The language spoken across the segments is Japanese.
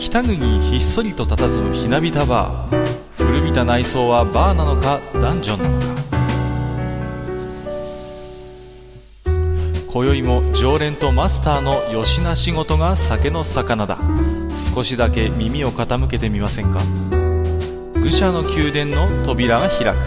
北国にひっそりと佇むひなびたバー。古びた内装はバーなのかダンジョンなのか。今宵も常連とマスターのよしな仕事が酒の魚だ。少しだけ耳を傾けてみませんか。愚者の宮殿の扉が開く。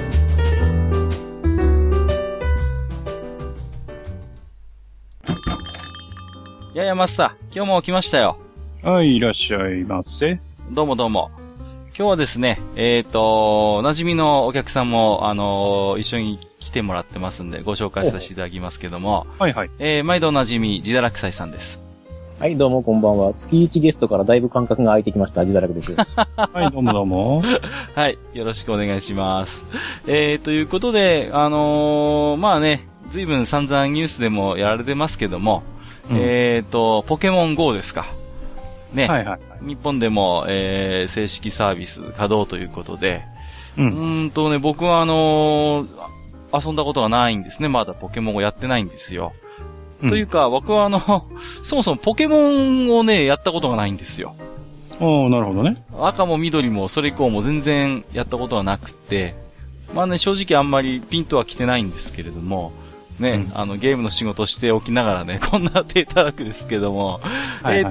いやいやマスター、今日も来ましたよ。 はい、いらっしゃいませ。 どうもどうも。今日はですね、お馴染みのお客さんも、一緒に来てもらってますんで、ご紹介させていただきますけども。 はいはい。 毎度お馴染み、自堕落斎さんです。 はい、どうもこんばんは。月1ゲストからだいぶ間隔が空いてきました、自堕落です。 はい、どうもどうも。 はい、よろしくお願いします。ということで、まあね、随分散々ニュースでもやられてますけども、ポケモン GO ですか。ね。 はいはい。 日本でも、正式サービス稼働ということで、僕は遊んだことがないんですね。まだポケモンをやってないんですよ。というか、僕はそもそもポケモンをね、やったことがないんですよ。 おー、なるほどね。 赤も緑もそれ以降も全然やったことはなくて、まあね、正直あんまりピンとは来てないんですけれども、ね、ゲームの仕事しておきながらね、こんな手いただくですけども、はいはい、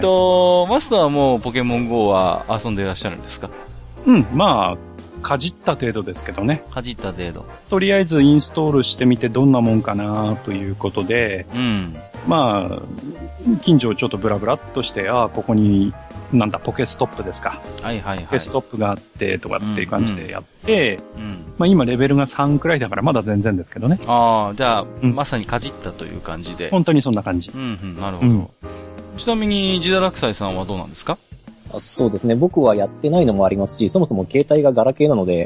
マスターはもうポケモン GO は遊んでいらっしゃるんですか？ まあ、かじった程度ですけどね。 かじった程度。 とりあえずインストールしてみてどんなもんかなということで、まあ、近所をちょっとブラブラっとして、ここに、なんだ、ポケストップですか。 はいはいはい。 ポケストップがあって、とかっていう感じでやって、まあ今レベルが3くらいだからまだ全然ですけどね。 じゃあ、まさにかじったという感じで。 本当にそんな感じ。 なるほど。ちなみに、自堕落斎さんはどうなんですか？ そうですね。僕はやってないのもありますし、そもそも携帯がガラケーなので。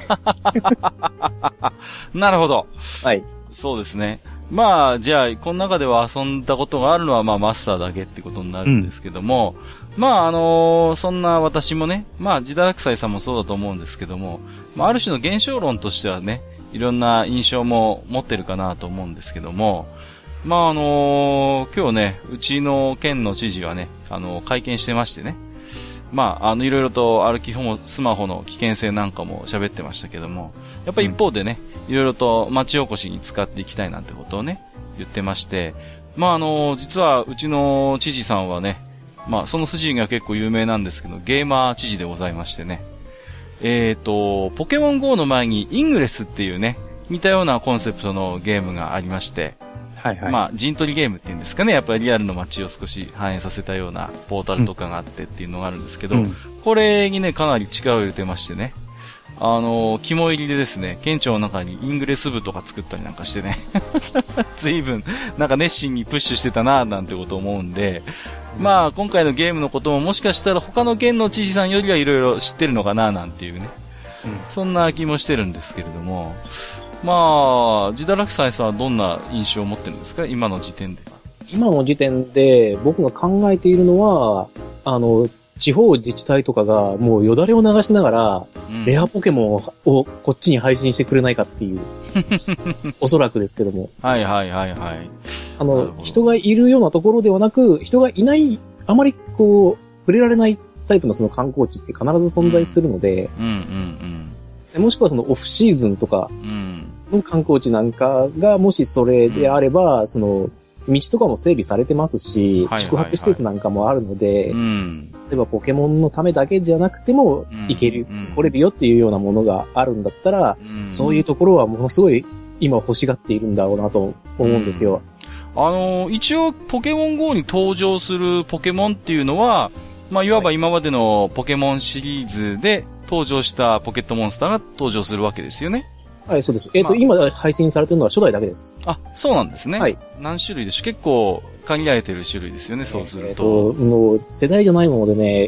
なるほど。 はい。 そうですね。まあ、じゃあ、この中では遊んだことがあるのは、まあ、マスターだけってことになるんですけども、まあ、そんな私もね、まあ、自堕落斎さんもそうだと思うんですけども、まあ、ある種の現象論としてはね、いろんな印象も持ってるかなと思うんですけども、まあ、今日ね、うちの県の知事はね、会見してましてね、まあ、いろいろと歩きスマホの危険性なんかも喋ってましたけども、やっぱり一方でね、いろいろと町おこしに使っていきたいなんてことをね、言ってまして、まあ、実はうちの知事さんはね、まあ、その筋が結構有名なんですけど、ゲーマー知事でございましてね、ポケモン GO の前にイングレスっていうね、似たようなコンセプトのゲームがありまして、はいはい。まあ、陣取りゲームっていうんですかね。やっぱりリアルの街を少し反映させたようなポータルとかがあってっていうのがあるんですけど、これにね、かなり力を入れてましてね。肝入りでですね、県庁の中にイングレス部とか作ったりなんかしてね。随分、なんか熱心にプッシュしてたなぁなんてことを思うんで、まあ、今回のゲームのことももしかしたら他の県の知事さんよりはいろいろ知ってるのかななんていうね。そんな気もしてるんですけれども、まあ、自堕落斎さんはどんな印象を持ってるんですか？今の時点で。 今の時点で僕が考えているのは、地方自治体とかがもうよだれを流しながら、レアポケモンをこっちに配信してくれないかっていう。おそらくですけども。 はいはいはいはい。 人がいるようなところではなく、人がいない、あまりこう、触れられないタイプのその観光地って必ず存在するので、もしくはそのオフシーズンとかの観光地なんかがもしそれであれば、その道とかも整備されてますし、宿泊施設なんかもあるので、例えばポケモンのためだけじゃなくても行ける、来れるよっていうようなものがあるんだったら、そういうところはものすごい今欲しがっているんだろうなと思うんですよ。 一応ポケモン GO に登場するポケモンっていうのは、まあ、いわば今までのポケモンシリーズで登場したポケットモンスターが登場するわけですよね。はい、 そうです。今配信されてるのは初代だけです。 あ、そうなんですね。はい。何種類でしょう？結構限られてる種類ですよね、そうすると。 もう世代じゃないものでね、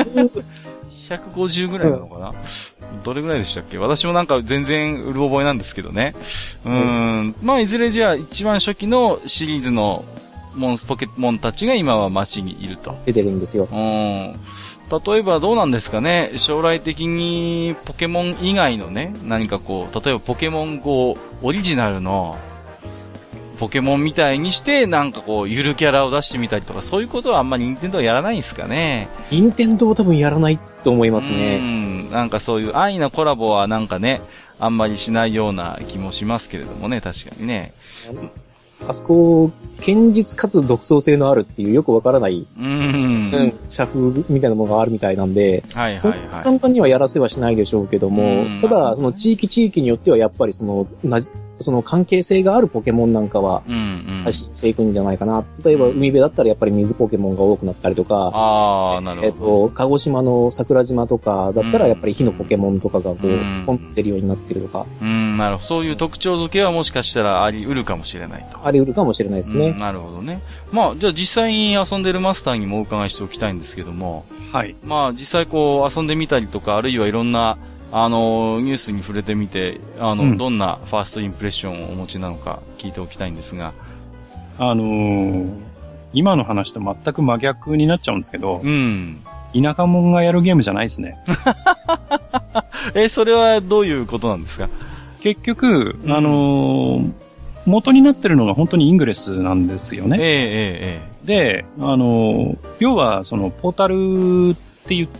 150ぐらいなのかな、どれぐらいでしたっけ？私もなんか全然うる覚えなんですけどね。まあ、いずれじゃあ一番初期のシリーズのポケモンたちが今は街にいると。 出てるんですよ。 例えばどうなんですかね、将来的にポケモン以外のね、何かこう、例えばポケモン GO オリジナルのポケモンみたいにして、なんかこう、ゆるキャラを出してみたりとか、そういうことはあんまり任天堂はやらないんですかね。 任天堂は多分やらないと思いますね。 なんかそういう安易なコラボはなんかね、あんまりしないような気もしますけれどもね、確かにね。 あそこ、堅実かつ独創性のあるっていうよくわからない、社風みたいなものがあるみたいなんで、そ簡単にはやらせはしないでしょうけども、ただ、その地域によってはやっぱりその関係性があるポケモンなんかは、配信していくんじゃないかな。例えば、海辺だったらやっぱり水ポケモンが多くなったりとか、 なるほど。 鹿児島の桜島とかだったらやっぱり火のポケモンとかがこう、ポンって出るようになってるとか。 なるほど。そういう特徴付けはもしかしたらあり得るかもしれないと。 あり得るかもしれないですね。 なるほどね。まあ、じゃあ実際に遊んでるマスターにもお伺いしておきたいんですけども。 はい。 まあ、実際こう遊んでみたりとか、あるいはいろんな、ニュースに触れてみて、どんなファーストインプレッションをお持ちなのか聞いておきたいんですが。 今の話と全く真逆になっちゃうんですけど、田舎者がやるゲームじゃないですね。 それはどういうことなんですか？ 結局、元になってるのが本当にイングレスなんですよね。で、要は、ポータルって言って、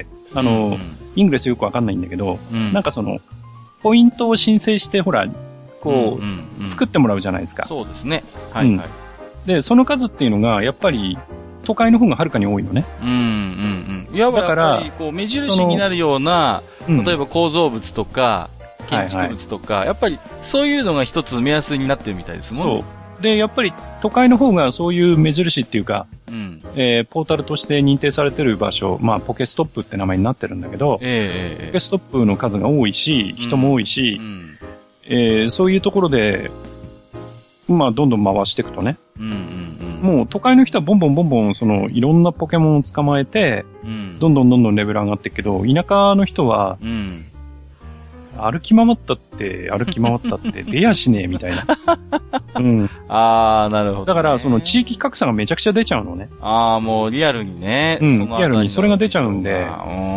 イングレスよくわかんないんだけど、なんかポイントを申請して、ほら、こう、作ってもらうじゃないですか。 そうですね。はいはい。 で、その数っていうのが、やっぱり、都会の方がはるかに多いのね。 いや、だから、こう、目印になるような、例えば構造物とか、建築物とか、やっぱり、そういうのが一つ目安になってるみたいですもんね。 そう。で、やっぱり、都会の方がそういう目印っていうか、ポータルとして認定されてる場所、まあ、ポケストップって名前になってるんだけど、ポケストップの数が多いし、人も多いし、そういうところで、まあ、どんどん回していくとね、もう都会の人はボンボン、いろんなポケモンを捕まえて、どんどんレベル上がっていくけど、田舎の人は、歩き回ったって出やしねえみたいな。 なるほど、 だから、地域格差がめちゃくちゃ出ちゃうのね。 もうリアルにね。 リアルにそれが出ちゃうんで。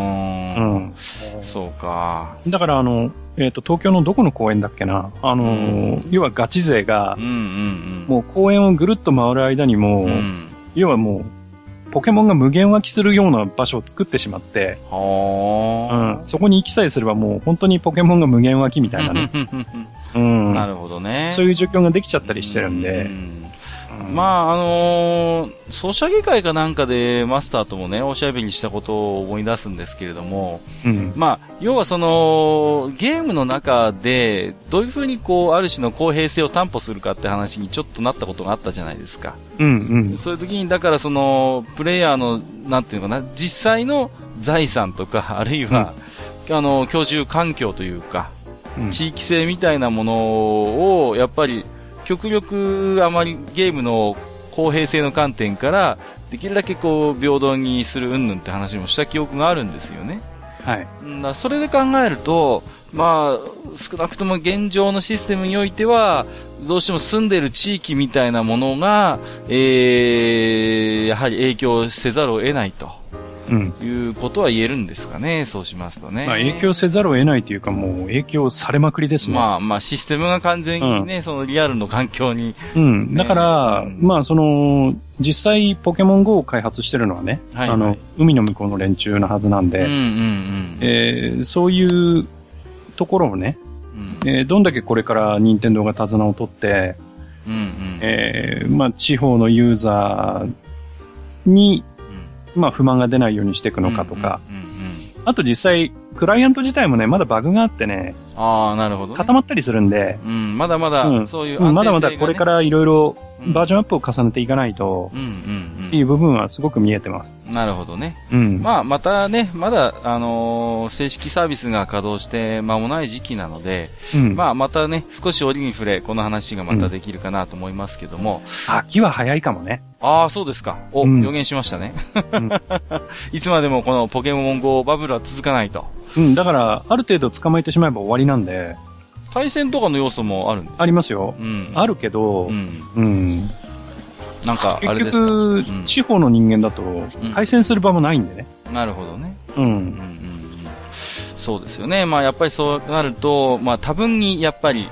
そうか。 だから、東京のどこの公園だっけな。要はガチ勢が、もう公園をぐるっと回る間にも、要はもう、ポケモンが無限湧きするような場所を作ってしまって、そこに行きさえすればもう本当にポケモンが無限湧きみたいなね。 なるほどね。 そういう状況ができちゃったりしてるんで。 まあ、ソシャゲ会かなんかでマスターともね、おしゃべりしたことを思い出すんですけれども、まあ、要はゲームの中で、どういうふうにこう、ある種の公平性を担保するかって話にちょっとなったことがあったじゃないですか。そういう時に、だからプレイヤーの、なんていうのかな、実際の財産とか、あるいは、居住環境というか、地域性みたいなものを、やっぱり、極力あまりゲームの公平性の観点からできるだけこう平等にする云々って話もした記憶があるんですよね。 はい。 それで考えると、まあ少なくとも現状のシステムにおいてはどうしても住んでる地域みたいなものが、やはり影響せざるを得ないと。いうことは言えるんですかね、そうしますとね。 まあ影響せざるを得ないというかもう影響されまくりですね。 まあシステムが完全にね、そのリアルの環境に。 だから、まあ実際ポケモン GO を開発してるのはね、海の向こうの連中なはずなんで、そういうところをね、どんだけこれから任天堂が手綱を取って、まあ地方のユーザーに、まあ不満が出ないようにしていくのかとか。あと実際、クライアント自体もね、まだバグがあってね。 なるほど、 固まったりするんで。 まだまだ、そういう安定性がね、 まだまだこれからいろいろバージョンアップを重ねていかないと、っていう部分はすごく見えてます。 なるほどね。まあまたね、まだ、正式サービスが稼働して間もない時期なので、まあまたね、少し折に触れ、この話がまたできるかなと思いますけども。 秋は早いかもね。 そうですか。予言しましたね。いつまでもこのポケモン GO バブルは続かないと。 だから、ある程度捕まえてしまえば終わりなんで。 対戦とかの要素もあるんですか？ ありますよ。あるけど、 なんか、あれですか？ 結局、地方の人間だと、対戦する場もないんでね。 なるほどね。そうですよね。まあやっぱりそうなると、まあ多分にやっぱり、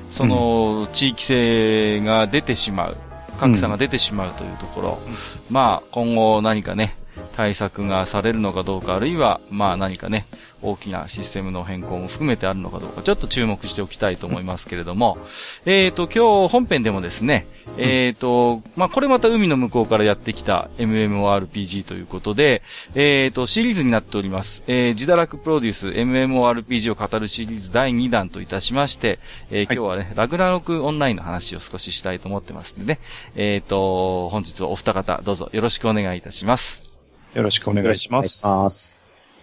その、地域性が出てしまう、格差が出てしまうというところ、まあ、今後何かね、対策がされるのかどうか、あるいは、まあ何かね、大きなシステムの変更も含めてあるのかどうか、ちょっと注目しておきたいと思いますけれども、今日本編でもですね、まあこれまた海の向こうからやってきた MMORPG ということで、シリーズになっております。自堕落プロデュース MMORPG を語るシリーズ第2弾といたしまして、今日はね、ラグナロクオンラインの話を少ししたいと思ってますんでね、本日はお二方、どうぞよろしくお願いいたします。 よろしくお願いします。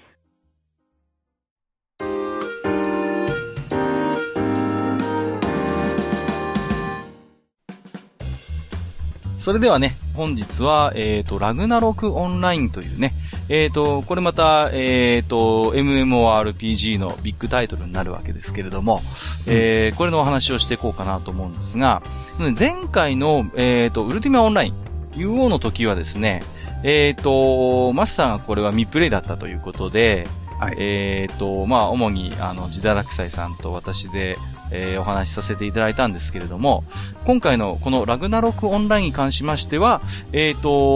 それではね、本日は、ラグナロクオンラインというね、これまた、MMORPG のビッグタイトルになるわけですけれども、これのお話をしていこうかなと思うんですが、前回の、ウルティマオンライン、UO の時はですね、マスターがこれは未プレイだったということで、はい、まあ、主に、自堕落斎さんと私で、お話しさせていただいたんですけれども、今回のこのラグナロクオンラインに関しましては、我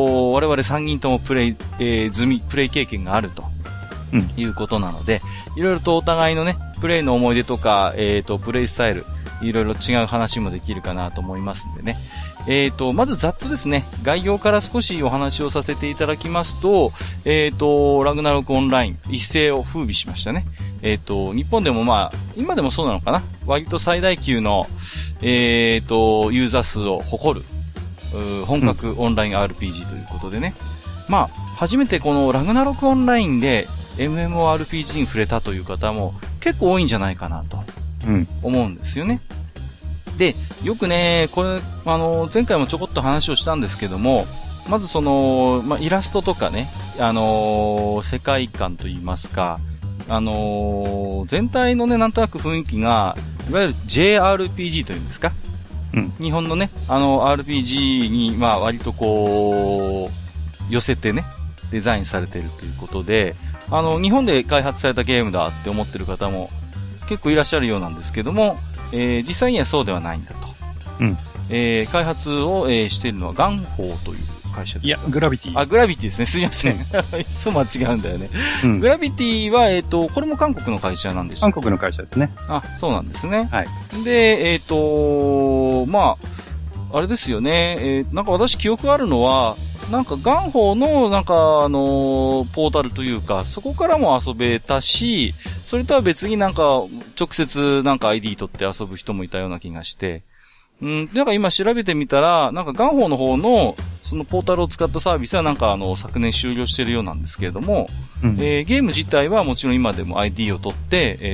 々3人ともプレイ経験があると、いうことなので、いろいろとお互いのね、プレイの思い出とか、プレイスタイル、いろいろ違う話もできるかなと思いますんでね。まずざっとですね、概要から少しお話をさせていただきますと、ラグナロクオンライン、一世を風靡しましたね。日本でもまあ、今でもそうなのかな、割と最大級の、ユーザー数を誇る、本格オンライン RPG ということでね。まあ、初めてこのラグナロクオンラインで MMORPG に触れたという方も結構多いんじゃないかなと、思うんですよね。で、よくね、これ、前回もちょこっと話をしたんですけども、まずその、まあ、イラストとかね、世界観といいますか、全体のね、なんとなく雰囲気が、いわゆる JRPG というんですか、日本のね、RPG に、まあ、割とこう、寄せてね、デザインされているということで、日本で開発されたゲームだって思ってる方も結構いらっしゃるようなんですけども、実際にはそうではないんだと。開発を、しているのはガンホーという会社です。 いや、グラビティ。 あ、グラビティですね。すいません。いつも間違うんだよね。グラビティは、これも韓国の会社なんでしょうか？ 韓国の会社ですね。 あ、そうなんですね。 はい。 で、まあ、あれですよね。なんか私記憶あるのは、なんかガンホーの、なんかポータルというか、そこからも遊べたし、それとは別になんか、直接なんか ID 取って遊ぶ人もいたような気がして、なんか今調べてみたら、なんかガンホーの方の、そのポータルを使ったサービスはなんか昨年終了しているようなんですけれども、ゲーム自体はもちろん今でも ID を取って、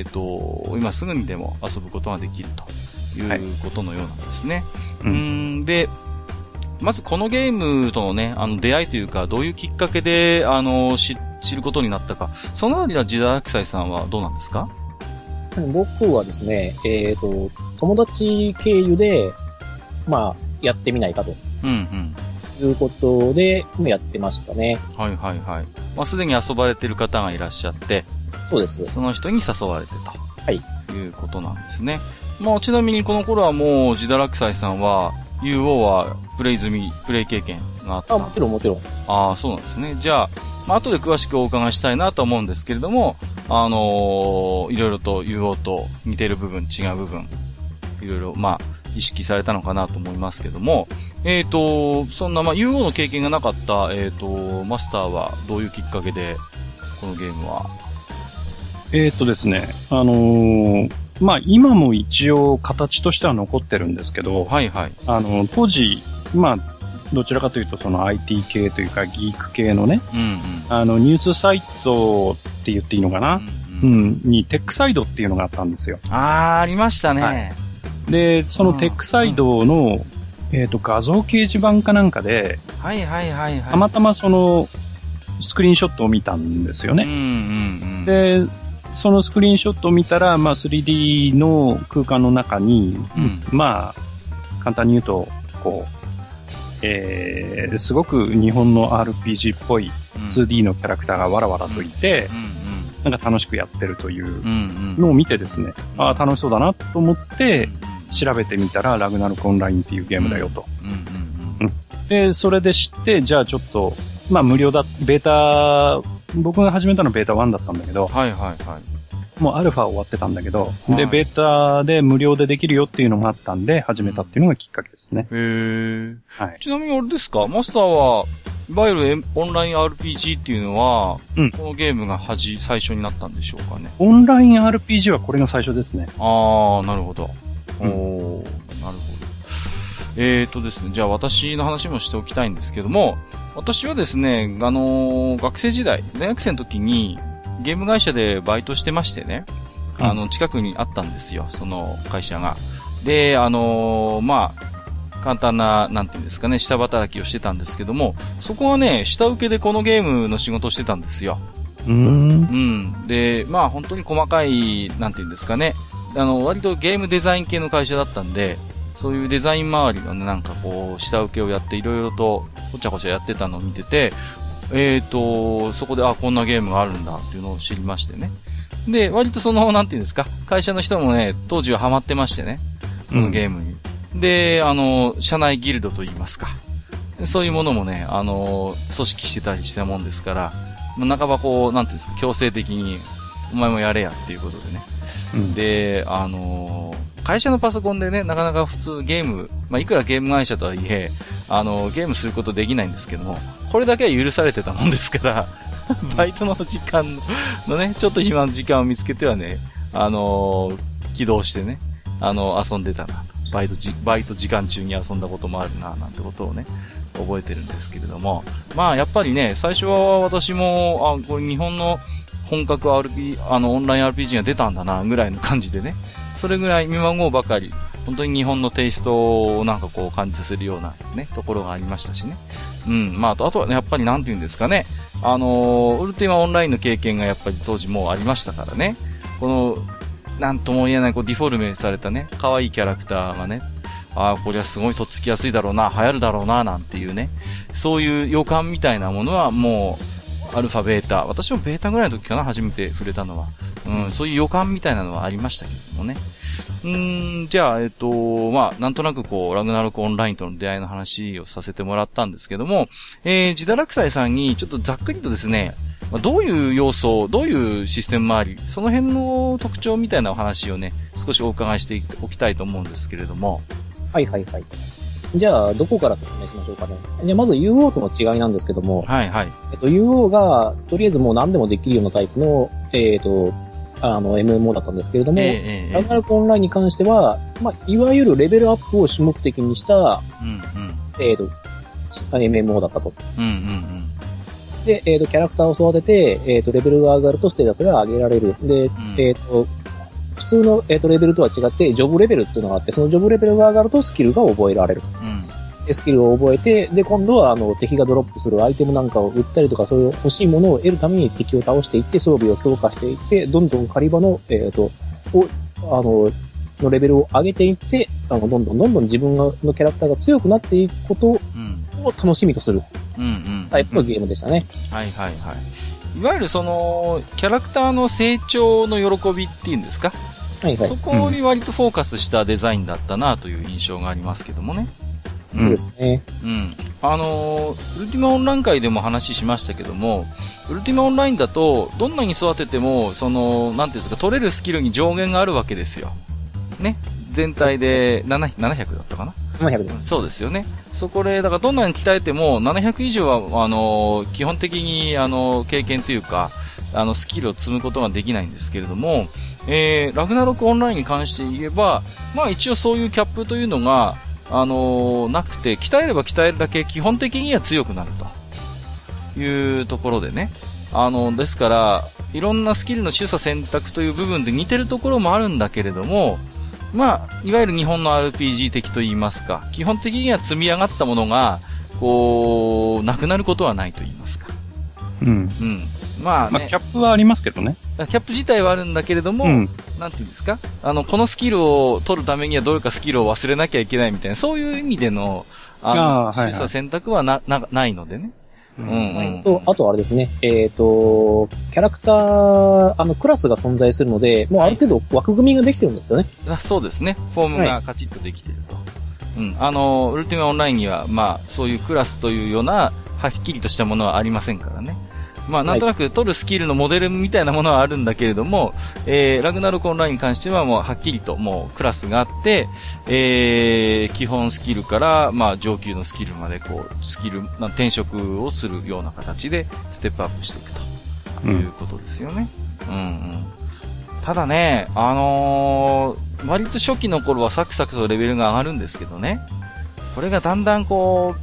今すぐにでも遊ぶことができるということのようなんですね。で、まずこのゲームとのね、出会いというか、どういうきっかけで、知ることになったか、そのあたりは自堕落斎さんはどうなんですか？ 僕はですね、友達経由で、まあ、やってみないかと。いうことで、やってましたね。 はいはいはい。まあ、すでに遊ばれてる方がいらっしゃって、 そうです。 その人に誘われてと。 はい。 いうことなんですね。まあ、ちなみにこの頃はもう、自堕落斎さんは、UO はプレイ経験があった。 もちろんもちろん。 ああ、そうなんですね。じゃあ、まあ、後で詳しくお伺いしたいなと思うんですけれども、いろいろと UO と似てる部分、違う部分、いろいろ、まあ、意識されたのかなと思いますけども、そんな、まあ、UO の経験がなかった、マスターはどういうきっかけで、このゲームは？ ですね、まあ、今も一応形としては残ってるんですけど、 はいはい。 当時、まあ、どちらかというとその IT 系というかギーク系のね、ニュースサイトって言っていいのかな、にテックサイドっていうのがあったんですよ。 ありましたね。はい、 で、そのテックサイドの、画像掲示板かなんかで、たまたまそのスクリーンショットを見たんですよね。で、そのスクリーンショットを見たら、まあ 3D の空間の中に、まあ、簡単に言うと、こう、すごく日本の RPG っぽい 2D のキャラクターがわらわらといて、なんか楽しくやってるというのを見てですね、ああ、楽しそうだなと思って、 調べてみたら、ラグナロクオンラインっていうゲームだよと。で、それで知って、じゃあちょっと、まあ無料だ、僕が始めたのベータ1だったんだけど、 はいはいはい。 もうアルファ終わってたんだけど、はい、で、ベータで無料でできるよっていうのがあったんで、始めたっていうのがきっかけですね。 はい。ちなみにあれですか、マスターは、いわゆるオンライン RPG っていうのは、このゲームが最初になったんでしょうかね。 オンライン RPG はこれが最初ですね。 あー、なるほど。なるほど。ですね、じゃあ私の話もしておきたいんですけども、私はですね、学生時代、大学生の時に、ゲーム会社でバイトしてましてね、近くにあったんですよ、その会社が。で、まあ、簡単な、なんていうんですかね、下働きをしてたんですけども、そこはね、下請けでこのゲームの仕事をしてたんですよ。で、まあ本当に細かい、なんていうんですかね、割とゲームデザイン系の会社だったんで、そういうデザイン周りのね、なんかこう、下請けをやっていろいろと、こちゃこちゃやってたのを見てて、そこで、こんなゲームがあるんだっていうのを知りましてね。で、割となんていうんですか、会社の人もね、当時はハマってましてね、このゲームに。で、社内ギルドと言いますか。そういうものもね、組織してたりしたもんですから、半ばこう、なんていうんですか、強制的に、お前もやれやっていうことでね。で、会社のパソコンでね、なかなか普通ゲーム、まあ、いくらゲーム会社とはいえ、ゲームすることできないんですけども、これだけは許されてたもんですから、バイトの時間のね、ちょっと暇の時間を見つけてはね、起動してね、遊んでたなと。バイト時間中に遊んだこともあるな、なんてことをね、覚えてるんですけれども、まあ、やっぱりね、最初は私も、これ日本の本格オンライン RPG が出たんだな、ぐらいの感じでね、それぐらい見まごうばかり、本当に日本のテイストをなんかこう感じさせるようなね、ところがありましたしね。まあ、あとはね、やっぱりなんて言うんですかね、ウルティマオンラインの経験がやっぱり当時もうありましたからね、この、なんとも言えない、こう、ディフォルメされたね、可愛いキャラクターがね、こりゃすごいとっつきやすいだろうな、流行るだろうな、なんていうね、そういう予感みたいなものはもう、アルファ、ベータ、私もベータぐらいの時かな、初めて触れたのは。そういう予感みたいなのはありましたけどもね。じゃあ、まあ、なんとなくこう、ラグナロクオンラインとの出会いの話をさせてもらったんですけども、ジダラクサイさんにちょっとざっくりとですね、どういう要素、どういうシステム周り、その辺の特徴みたいなお話をね、少しお伺いしておきたいと思うんですけれども。 はいはいはい。じゃあ、どこから説明しましょうかね。じゃあ、まず UO との違いなんですけども。 はいはい。 UO が、とりあえずもう何でもできるようなタイプの、MMO だったんですけれども、ラグナロクオンラインに関しては、まあ、いわゆるレベルアップを主目的にした、MMO だったと。で、キャラクターを育てて、レベルが上がるとステータスが上げられる。で、普通の、レベルとは違って、ジョブレベルっていうのがあって、そのジョブレベルが上がるとスキルが覚えられる。で、スキルを覚えて、で、今度は、敵がドロップするアイテムなんかを売ったりとか、そういう欲しいものを得るために敵を倒していって、装備を強化していって、どんどん狩り場の、のレベルを上げていって、どんどん自分のキャラクターが強くなっていくことを楽しみとする。タイプのゲームでしたね。 はいはいはい。いわゆるキャラクターの成長の喜びっていうんですか？はいはい。そこに割とフォーカスしたデザインだったなという印象がありますけどもね。 そうですね。 ウルティマオンライン会でも話しましたけども、ウルティマオンラインだと、どんなに育てても、なんていうんですか、取れるスキルに上限があるわけですよ。ね。全体で700だったかな？ 700 です。 そうですよね。そこで、だからどんなに鍛えても、700以上は、基本的に、経験というか、スキルを積むことができないんですけれども、ラグナロクオンラインに関して言えば、まあ一応そういうキャップというのが、なくて、鍛えれば鍛えるだけ基本的には強くなるというところでね。ですから、いろんなスキルの取捨選択という部分で似てるところもあるんだけれども、まあ、いわゆる日本の RPG 的と言いますか、基本的には積み上がったものが、こう、なくなることはないと言いますか。まあ、ね、 キャップはありますけどね。 キャップ自体はあるんだけれども、なんて言うんですか？このスキルを取るためにはどれかスキルを忘れなきゃいけないみたいな、そういう意味での、取捨選択はないのでね。 あとあれですね、キャラクター、クラスが存在するので、もうある程度枠組みができてるんですよね。 そうですね。フォームがカチッとできてると。ウルティマオンラインには、そういうクラスというような、はっきりとしたものはありませんからね。なんとなく取るスキルのモデルみたいなものはあるんだけれども、ラグナロクオンラインに関してはもうはっきりともうクラスがあって、基本スキルから、上級のスキルまで転職をするような形でステップアップしていくということですよね。ただね、割と初期の頃はサクサクとレベルが上がるんですけどね、これがだんだん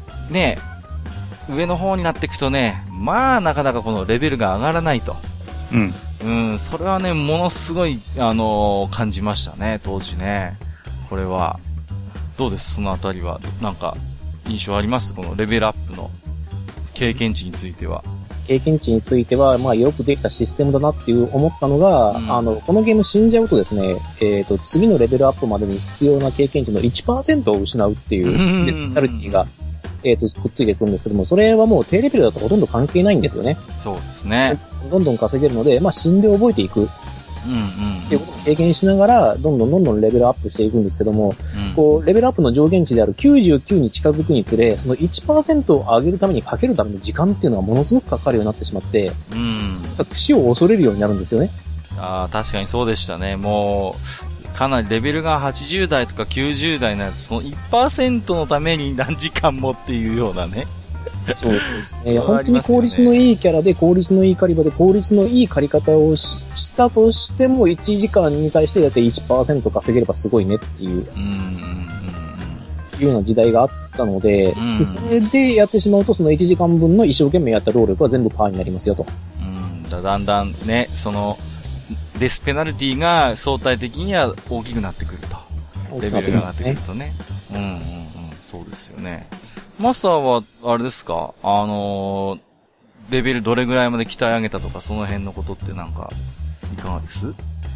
上の方になっていくとね、なかなかこのレベルが上がらないと。それはね、ものすごい、感じましたね、当時ね。これは。どうですそのあたりは。なんか、印象ありますこのレベルアップの経験値については。 経験値については、よくできたシステムだなっていう思ったのが、このゲーム死んじゃうとですね、次のレベルアップまでに必要な経験値の 1% を失うっていうデスペナルティが、くっついてくるんですけども、それはもう低レベルだとほとんど関係ないんですよね。 そうですね。 どんどん稼げるので、死んで覚えていく。っていうことを経験しながら、どんどんレベルアップしていくんですけども、レベルアップの上限値である99に近づくにつれ、その 1% を上げるためにかけるための時間っていうのがものすごくかかるようになってしまって、死を恐れるようになるんですよね。 確かにそうでしたね。もう、かなりレベルが80代とか90代になると、その 1% のために何時間もっていうようなね。 そうですね。本当に効率のいいキャラで、効率のいい狩り場で、効率のいい狩り方をしたとしても、1時間に対してだいたい 1% 稼げればすごいねっていう、いうような時代があったので、それでやってしまうと、その1時間分の一生懸命やった労力は全部パーになりますよと。 だんだんね、デスペナルティが相対的には大きくなってくると。レベルが上がってくるとね。そうですよね。マスターは、あれですかレベルどれぐらいまで鍛え上げたとか、その辺のことってなんか、いかがです？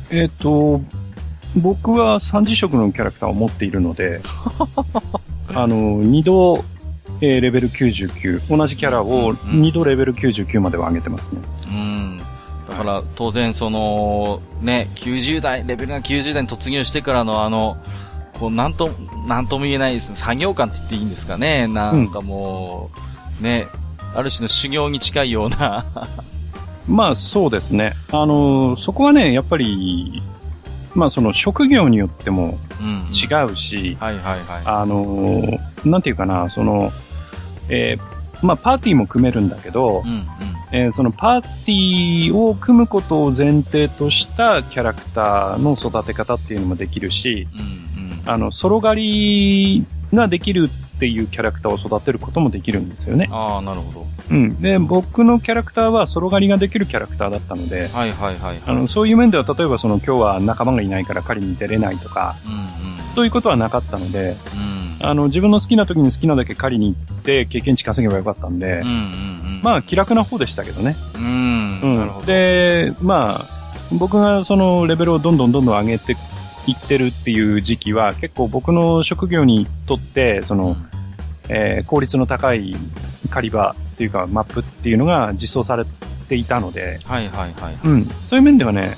僕は三次色のキャラクターを持っているので、2度、レベル99、同じキャラを2度レベル99までは上げてますね。 だから、当然90代、レベルが90代に突入してからのなんとも言えないです。作業感って言っていいんですかね。なんかもう、ある種の修行に近いような。 そうですね。そこはね、やっぱり、その職業によっても違うし、なんていうかな、パーティーも組めるんだけど、そのパーティーを組むことを前提としたキャラクターの育て方っていうのもできるし、ソロ狩りができるっていうキャラクターを育てることもできるんですよね。 なるほど。 で、僕のキャラクターはソロ狩りができるキャラクターだったので、そういう面では、例えば今日は仲間がいないから狩りに出れないとか、そういうことはなかったので、自分の好きな時に好きなだけ狩りに行って経験値稼げばよかったんで、気楽な方でしたけどね。 なるほど。 で、僕がそのレベルをどんどん上げていってるっていう時期は結構僕の職業にとって効率の高い狩り場っていうかマップっていうのが実装されていたので、そういう面ではね、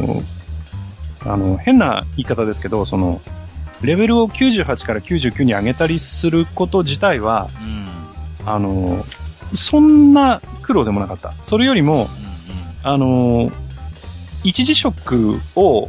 変な言い方ですけど、レベルを98から99に上げたりすること自体は、そんな苦労でもなかった。それよりも、一次職を、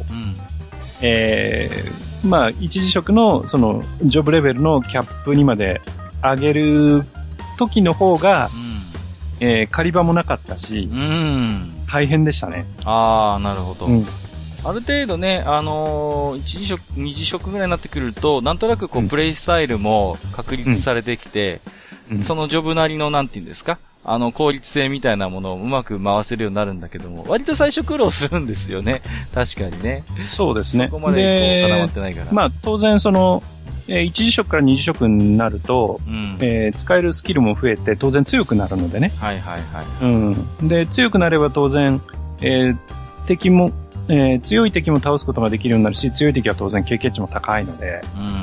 一次職の、ジョブレベルのキャップにまで上げる時の方が、狩り場もなかったし、大変でしたね。 なるほど。ある程度ね、一次職、二次職ぐらいになってくると、なんとなくプレイスタイルも確立されてきて、そのジョブなりの、なんていうんですか、効率性みたいなものをうまく回せるようになるんだけども、割と最初苦労するんですよね。確かにね。 そうですね。 そこまで絡まってないから。 当然一次職から二次職になると、使えるスキルも増えて当然強くなるのでね。で、強くなれば当然、敵も、強い敵も倒すことができるようになるし、強い敵は当然経験値も高いので、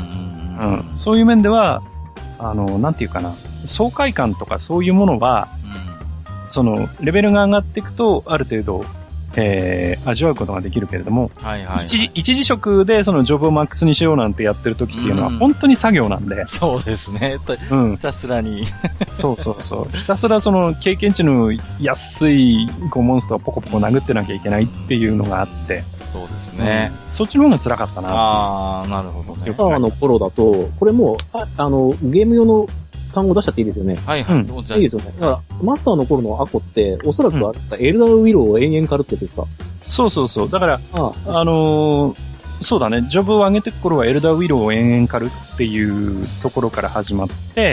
そういう面では、なんていうかな、爽快感とかそういうものは、 レベルが上がっていくと、ある程度、味わうことができるけれども、 はいはい、はい。 一時食でジョブをマックスにしようなんてやってる時っていうのは、本当に作業なんで。 そうですね。ひたすらに。 そう。ひたすら経験値の安い、モンスターをポコポコ殴ってなきゃいけないっていうのがあって。 そうですね。 そっちの方が辛かったな。 ああ、なるほどね。 スターの頃だと、これもう、ゲーム用の単語出しちゃっていいですよね。 はいはい。 いいですよね。だから、マスターの頃のアコって、おそらくあれですか、エルダーウィローを延々狩るってやつですか？ そう。だから、そうだね。ジョブを上げていく頃はエルダーウィローを延々狩るっていうところから始まって、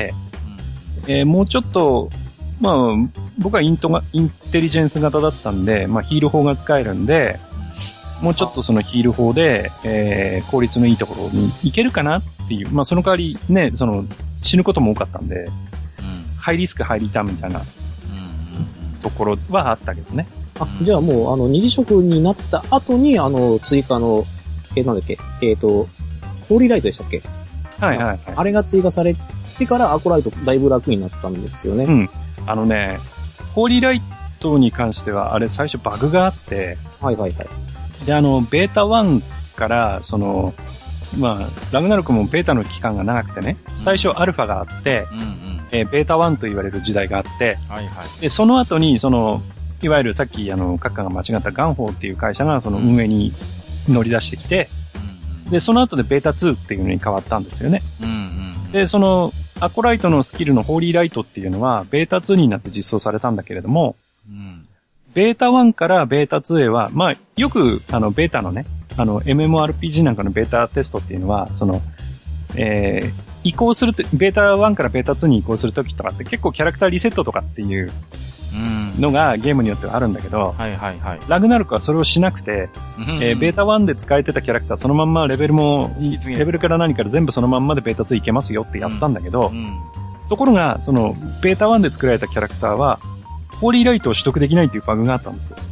もうちょっと、まあ、僕はインテリジェンス型だったんで、まあ、ヒール法が使えるんで、もうちょっとヒール法で、効率のいいところに行けるかなっていう。まあ、その代わりね、死ぬことも多かったんで、ハイリスクハイリターンみたいな、ところはあったけどね。 じゃあもう、二次食になった後に、追加の、なんだっけ、ホーリーライトでしたっけ？ はい。 あれが追加されてからアコライトだいぶ楽になったんですよね。 ホーリーライトに関しては、あれ最初バグがあって、 で、 ベータ1から、まあ、ラグナロクもベータの期間が長くてね、最初アルファがあって、ベータ1と言われる時代があって、で、その後に、いわゆるさっき、閣下が間違ったガンホーっていう会社が、運営に乗り出してきて、で、その後でベータ2っていうのに変わったんですよね。で、アコライトのスキルのホーリーライトっていうのは、ベータ2になって実装されたんだけれども、ベータ1からベータ2へは、まあ、よく、ベータのね、MMORPG なんかのベータテストっていうのは、移行すると、ベータ1からベータ2に移行するときとかって結構キャラクターリセットとかっていうのがゲームによってはあるんだけど、ラグナロクはそれをしなくて、ベータ1で使えてたキャラクターそのまんまレベルから何から全部そのまんまでベータ2いけますよってやったんだけど、ところが、ベータ1で作られたキャラクターは、ホーリーライトを取得できないっていうバグがあったんですよ。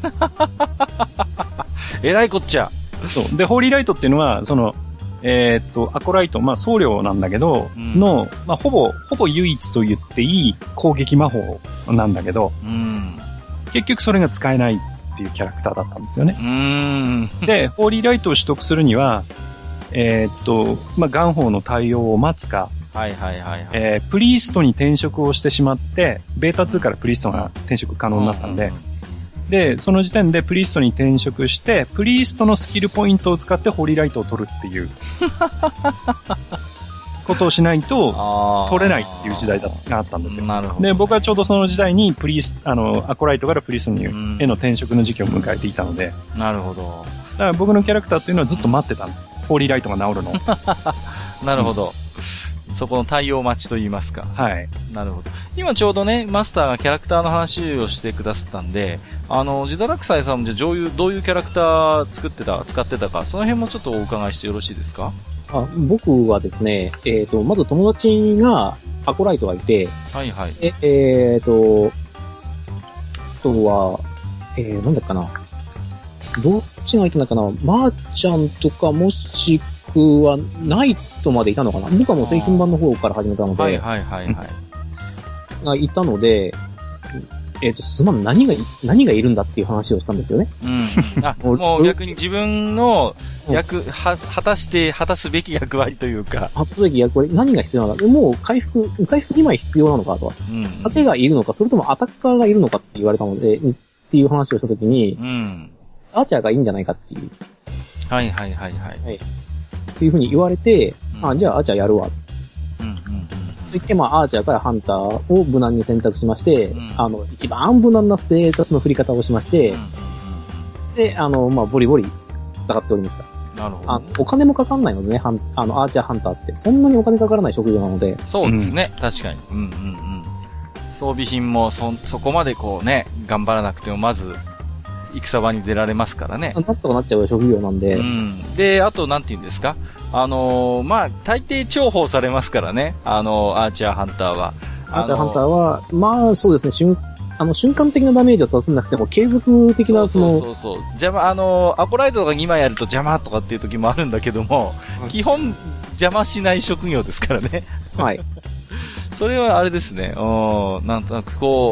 えらいこっちゃ。 そう。で、ホーリーライトっていうのは、アコライト、まあ、僧侶なんだけど、まあ、ほぼ唯一と言っていい攻撃魔法なんだけど、結局それが使えないっていうキャラクターだったんですよね。で、ホーリーライトを取得するには、まあ、ガンホーの対応を待つか、プリーストに転職をしてしまって、ベータ2からプリーストが転職可能になったんで、で、その時点でプリーストに転職して、プリーストのスキルポイントを使ってホーリーライトを取るっていう、ことをしないと、取れないっていう時代があったんですよ。 なるほど、ね。 で、僕はちょうどその時代にアコライトからプリーストへの転職の時期を迎えていたので、 なるほど。 だから僕のキャラクターっていうのはずっと待ってたんです。ホーリーライトが治るの。 なるほど。そこの対応待ちと言いますか。 はい。 なるほど。今ちょうどね、マスターがキャラクターの話をしてくださったんで、ジダラクサイさんもじゃどういうキャラクター使ってたか、その辺もちょっとお伺いしてよろしいですか？ 僕はですね、まず友達がアコライトがいて、あとは、なんだっけかな。どっちがいたのかな、マーちゃんとかもしくはナイトまでいたのかな。僕はもう製品版の方から始めたので、がいたので、何がいるんだっていう話をしたんですよね。 もう逆に自分の果たすべき役割というか。 果たすべき役割、何が必要なのか。もう回復2枚必要なのかと。盾がいるのか、それともアタッカーがいるのかって言われたので、っていう話をしたときに、アーチャーがいいんじゃないかっていう。っていうふうに言われて、じゃあアーチャーやるわ。と言って、アーチャーからハンターを無難に選択しまして、一番無難なステータスの振り方をしまして、で、ボリボリ戦っておりました。 なるほど。 お金もかかんないのでね、アーチャーハンターって、そんなにお金かからない職業なので。 そうですね、確かに。装備品もそこまでこうね、頑張らなくてもまず、戦場に出られますからね。 なんとかなっちゃう職業なんで。 で、あと、なんて言うんですか。大抵重宝されますからね。アーチャーハンターは。 アーチャーハンターは、そうですね、瞬間的なダメージを出せなくても、継続的なそう。邪魔、アコライトとか2枚やると邪魔とかっていう時もあるんだけども、基本邪魔しない職業ですからね。 はい。 それはあれですね。なんとなくこう、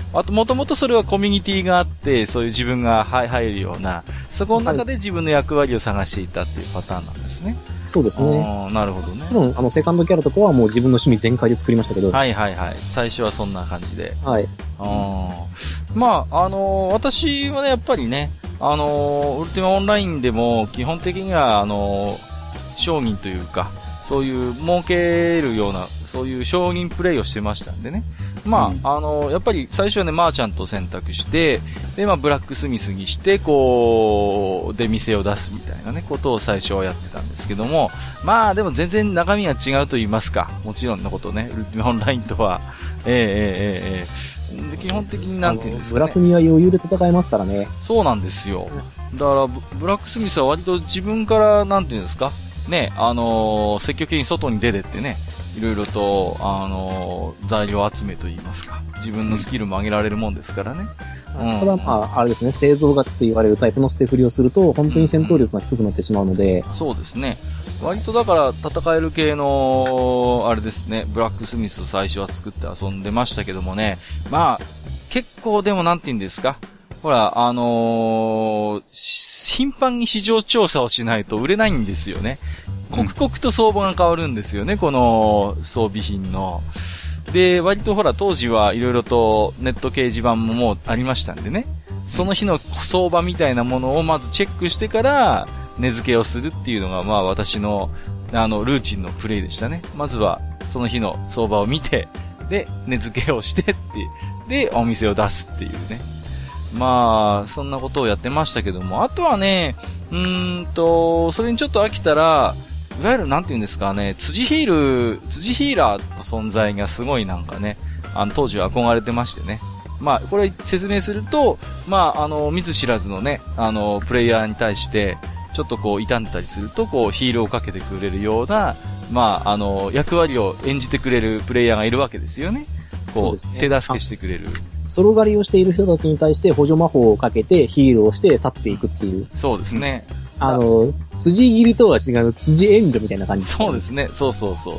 あと、もともとそれはコミュニティがあって、そういう自分が入るような、そこの中で自分の役割を探していたっていうパターンなんですね。 そうですね。 なるほどね。 もちろん、セカンドキャラとかはもう自分の趣味全開で作りましたけど。 はいはいはい。最初はそんな感じで。 はい。 まあ、私はね、やっぱりね、ウルティマオンラインでも、基本的には、商人というか、そういう儲けるような、そういう商人プレイをしてましたんでね。まあ、やっぱり最初はね、マーチャントを選択して、で、まあ、ブラックスミスにして、こう、で、店を出すみたいなね、ことを最初はやってたんですけども、まあ、でも全然中身が違うと言いますか、もちろんのことね、ウルティマオンラインとは、で基本的になんていうんですかね。 ブラスミは余裕で戦えますからね。 そうなんですよ。だから、ブラックスミスは割と自分から、なんていうんですか、ね、積極的に外に出てってね、いろいろと、材料集めといいますか、自分のスキルも上げられるもんですからね。 ただまあ、あれですね、製造型と言われるタイプの捨て振りをすると、本当に戦闘力が低くなってしまうので。 そうですね。割とだから戦える系の、あれですね、ブラックスミスを最初は作って遊んでましたけどもね、まあ、結構でもなんて言うんですか、ほら、頻繁に市場調査をしないと売れないんですよね。刻々と相場が変わるんですよね、この装備品の。で、割とほら、当時はいろいろとネット掲示板ももうありましたんでね。その日の相場みたいなものをまずチェックしてから、値付けをするっていうのが、まあ私の、ルーチンのプレイでしたね。まずは、その日の相場を見て、で、値付けをしてって、で、お店を出すっていうね。まあ、そんなことをやってましたけども、あとはね、それにちょっと飽きたら、いわゆるなんて言うんですかね、辻ヒーラーの存在がすごいなんかね、当時は憧れてましてね。まあ、これ説明すると、まあ、見ず知らずのね、プレイヤーに対して、ちょっとこう、傷んでたりすると、こう、ヒールをかけてくれるような、まあ、役割を演じてくれるプレイヤーがいるわけですよね。こう、手助けしてくれる。 ソロ狩りをしている人たちに対して補助魔法をかけてヒールをして去っていくっていう。 そうですね。 辻切りとは違う辻援助みたいな感じ。 そうですね。そうそうそう。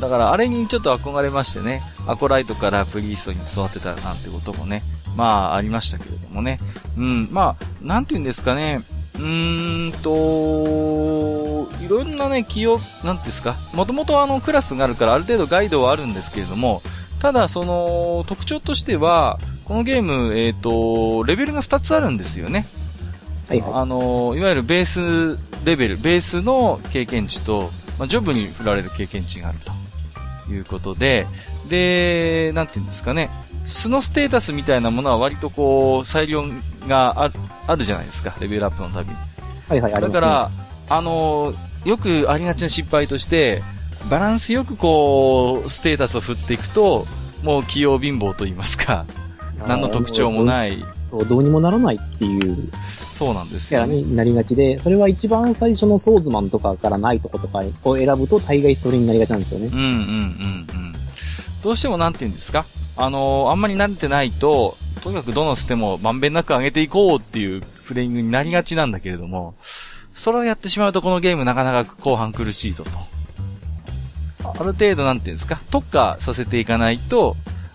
だからあれにちょっと憧れましてね、アコライトからプリーストに育てたなんてこともね、まあありましたけれどもね。まあ、なんて言うんですかね。いろんなね、なんていうんですか。もともとクラスがあるからある程度ガイドはあるんですけれども、ただ、その、特徴としては、このゲーム、レベルが2つあるんですよね。 はいはい。 いわゆるベースレベル、ベースの経験値と、まあ、ジョブに振られる経験値があるということで、で、なんていうんですかね、素のステータスみたいなものは割とこう、裁量があるじゃないですか、レベルアップのたびに。 はいはい、ありますね。 だから、よくありがちな失敗として、バランスよくこう、ステータスを振っていくと、もう器用貧乏と言いますか、何の特徴もない。 そう、どうにもならないっていう。 そうなんですよ、 キャラになりがちで、それは一番最初のソーズマンとかからないとことかを選ぶと大概それになりがちなんですよね。 どうしてもなんて言うんですか、あんまり慣れてないと、とにかくどのステもまんべんなく上げていこうっていうフレームになりがちなんだけれども、それをやってしまうとこのゲームなかなか後半苦しいぞと。ある程度なんていうんですか、特化させていかないと、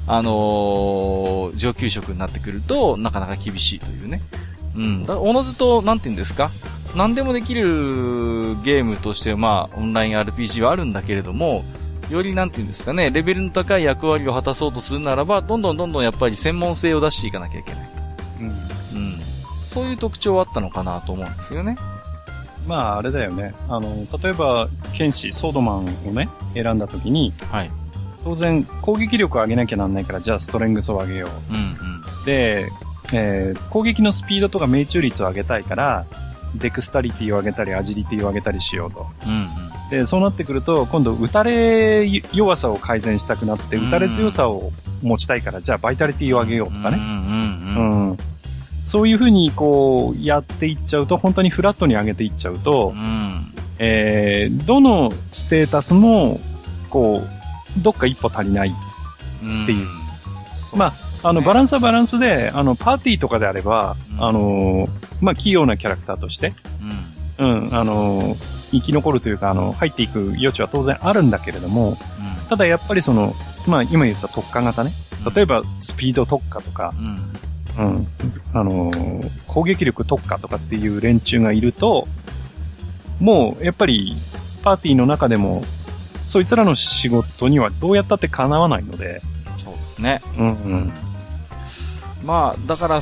上級職になってくると、なかなか厳しいというね。おのずと、なんていうんですか、何でもできるゲームとしては、まあ、オンライン RPG はあるんだけれども、よりなんていうんですかね、レベルの高い役割を果たそうとするならば、どんどんやっぱり専門性を出していかなきゃいけない。そういう特徴はあったのかなと思うんですよね。 まあ、あれだよね。例えば、剣士、ソードマンをね、選んだときに、はい。当然、攻撃力を上げなきゃなんないから、じゃあストレングスを上げよう。で、攻撃のスピードとか命中率を上げたいから、デクスタリティを上げたり、アジリティを上げたりしようと。で、そうなってくると、今度、打たれ弱さを改善したくなって、打たれ強さを持ちたいから、じゃあバイタリティを上げようとかね。そういう風にこうやっていっちゃうと、本当にフラットに上げていっちゃうと、どのステータスも、こう、どっか一歩足りないっていう。まあ、バランスはバランスで、パーティーとかであれば、まあ、器用なキャラクターとして、生き残るというか、入っていく余地は当然あるんだけれども、ただやっぱりその、まあ、今言った特化型ね。 例えばスピード特化とか、攻撃力特化とかっていう連中がいると、もうやっぱりパーティーの中でもそいつらの仕事にはどうやったってかなわないので。 そうですね。まあ、だから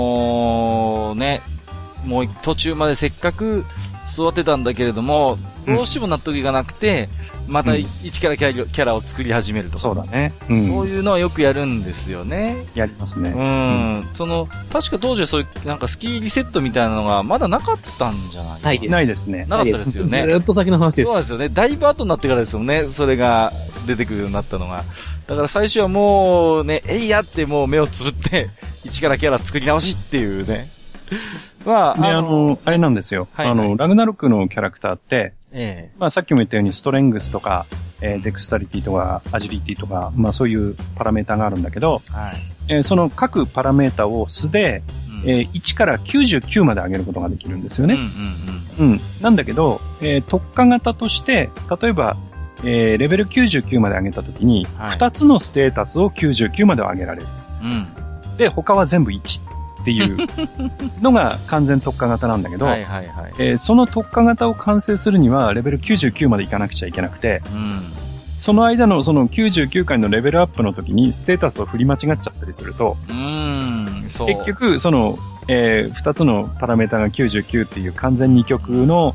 もう途中までせっかく育てたんだけれども、どうしても納得いかなくて、また一からキャラを作り始めるとか。 そうだね。 そういうのはよくやるんですよね。 やりますね。 確か当時はそういう、なんかスキーリセットみたいなのがまだなかったんじゃないかな。 ないですね。 なかったですよね。 ずっと先の話です。 そうですよね。だいぶ後になってからですよね。それが出てくるようになったのが。だから最初はもうね、えいやってもう目をつぶって、一からキャラ作り直しっていうね。まあ、 あれなんですよ。ラグナロクのキャラクターって、まあさっきも言ったようにストレングスとか、デクスタリティとか、アジリティとか、まあそういうパラメータがあるんだけど、その各パラメータを素で、1から99まで上げることができるんですよね。なんだけど、特化型として、例えば、レベル99まで上げたときに、2つのステータスを99まで上げられる。で、他は全部1っていうのが完全特化型なんだけど、その特化型を完成するには、レベル99までいかなくちゃいけなくて、その間のその99回のレベルアップの時にステータスを振り間違っちゃったりすると、結局、2つのパラメータが99っていう完全二極の、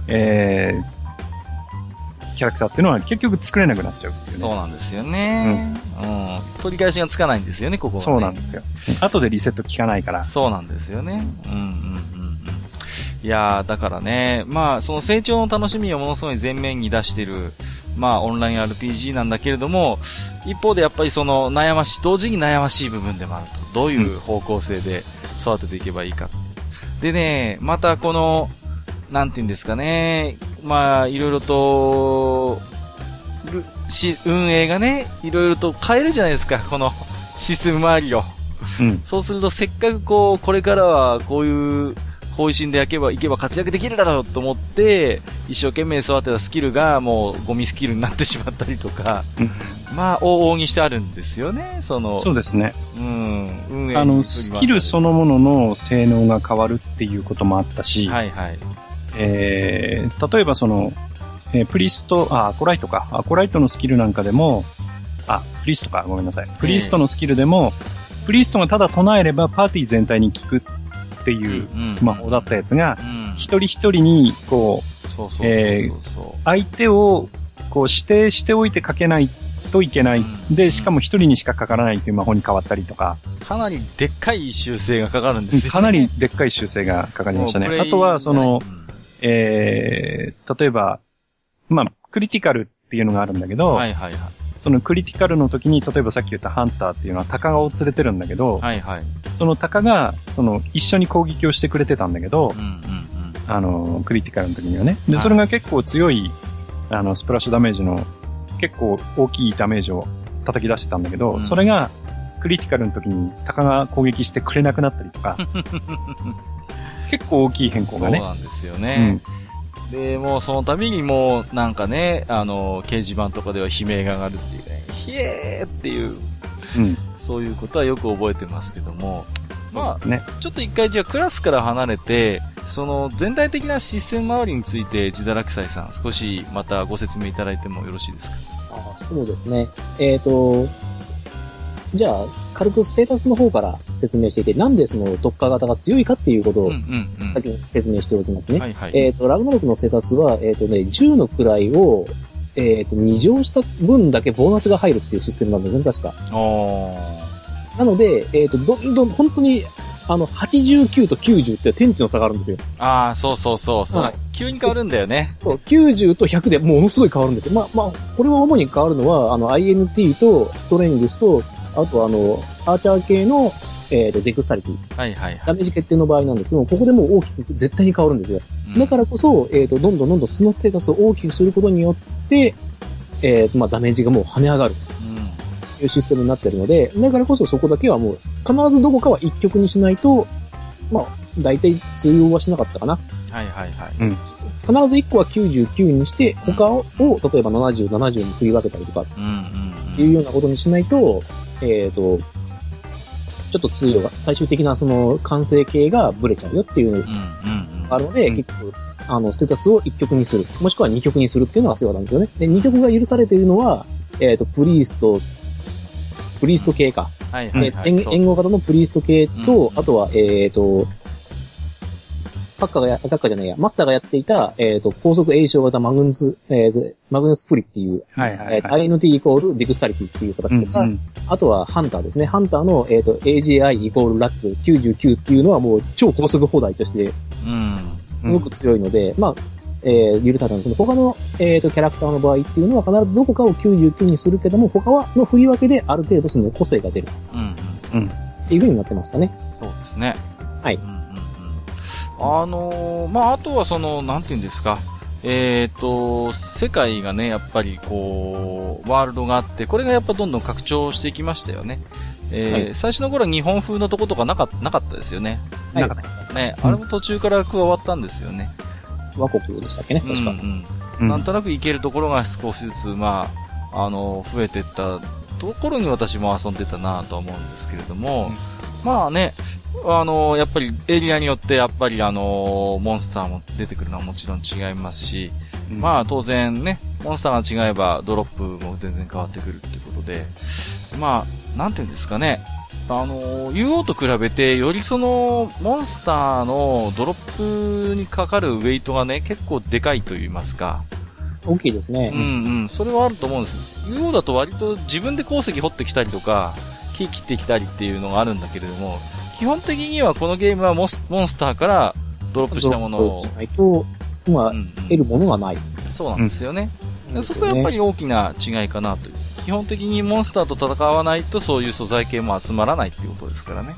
キャラクターっていうのは結局作れなくなっちゃうっていうね。 そうなんですよね。取り返しがつかないんですよね、ここは、ね。 そうなんですよ。後でリセット効かないから。 そうなんですよね。いやー、だからね、まあ、その成長の楽しみをものすごい前面に出してる、まあ、オンライン RPG なんだけれども、一方でやっぱりその同時に悩ましい部分でもあると。どういう方向性で育てていけばいいか。でね、またこの、なんて言うんですかね、まあ、いろいろと、運営がね、いろいろと変えるじゃないですか、このシステム周りを。そうすると、せっかくこれからはこういう方針でいけば活躍できるだろうと思って、一生懸命育てたスキルがもうゴミスキルになってしまったりとか、まあ、往々にしてあるんですよね、 そうですね。 運営スキルそのものの性能が変わるっていうこともあったし、例えばプリスト、アコライトか。アコライトのスキルなんかでも、プリストか、ごめんなさい。プリストのスキルでも、プリストがただ唱えればパーティー全体に効くっていう魔法だったやつが、一人一人に、相手を、指定しておいてかけないといけない。で、しかも一人にしかかからないという魔法に変わったりとか。 かなりでっかい修正がかかるんですよね。 かなりでっかい修正がかかりましたね。あとは、例えば、まあ、クリティカルっていうのがあるんだけど、そのクリティカルの時に、例えばさっき言ったハンターっていうのはタカを連れてるんだけど、そのタカが、一緒に攻撃をしてくれてたんだけど、クリティカルの時にはね。で、それが結構強い、スプラッシュダメージの、結構大きいダメージを叩き出してたんだけど、それが、クリティカルの時にタカが攻撃してくれなくなったりとか、結構大きい変更がね。 そうなんですよね。で、もうその度にもうなんかね、掲示板とかでは悲鳴が上がるっていうね、ひえーっていう、そういうことはよく覚えてますけども、まあ、ちょっと一回じゃあクラスから離れて、その全体的なシステム周りについて、ジダラクサイさん、少しまたご説明いただいてもよろしいですか？ そうですね。じゃあ、軽くステータスの方から説明していて、なんでその特化型が強いかっていうことを、先に説明しておきますね。ラグナロクのステータスは、10の位を、2乗した分だけボーナスが入るっていうシステムなんですね、確か。なので、どんどん本当に、89と90って天地の差があるんですよ。 そう。急に変わるんだよね。 そう、90と100でものすごい変わるんですよ。まあ、これは主に変わるのは、INT とストレングスと、あとアーチャー系の、デクスタリティ。ダメージ決定の場合なんですけど、ここでもう大きく絶対に変わるんですよ。だからこそ、どんどんそのステータスを大きくすることによって、まあ、ダメージがもう跳ね上がる。というシステムになっているので、だからこそそこだけはもう、必ずどこかは一極にしないと、まあ、大体通用はしなかったかな。必ず1個は99にして、他を、例えば70、70に振り分けたりとか。 っていうようなことにしないと、ちょっと通用が、最終的なその完成形がブレちゃうよっていうのがあるので、結局、ステータスを1曲にする、もしくは2曲にするっていうのが必要なんですよね。で、2曲が許されているのは、プリースト系か。はいはいはい。援護型のプリースト系と、あとは、マスターがやっていた、高速栄唱型マグヌスプリっていう、はいはいはい、INT イコールディクスタリティっていう形とか、あとはハンターですね。ハンターの、AGI イコールラック99っていうのはもう超高速砲台として、すごく強いので、許されたんですけど、他の、キャラクターの場合っていうのは必ずどこかを99にするけども、他はの振り分けである程度その個性が出る。っていう風になってましたね。 そうですね。 はい。 あとはなんて言うんですか。世界がね、やっぱりこう、ワールドがあって、これがやっぱどんどん拡張していきましたよね。最初の頃は日本風のとことかなかったですよね。 なかったですね。あれも途中から加わったんですよね。 和国でしたっけね、確か。 なんとなく行けるところが少しずつ、増えていったところに私も遊んでたなとは思うんですけれども、やっぱりエリアによってやっぱりモンスターも出てくるのはもちろん違いますし、当然ね、モンスターが違えばドロップも全然変わってくるっていうことで、なんていうんですかね、UO と比べてよりそのモンスターのドロップにかかるウェイトがね、結構でかいと言いますか。 大きいですね。 それはあると思うんです。UO だと割と自分で鉱石掘ってきたりとか、木切ってきたりっていうのがあるんだけれども、基本的にはこのゲームはモンスターからドロップしたものを。 ないと、得るものがない。 そうなんですよね。そこはやっぱり大きな違いかなという。基本的にモンスターと戦わないとそういう素材系も集まらないっていうことですからね。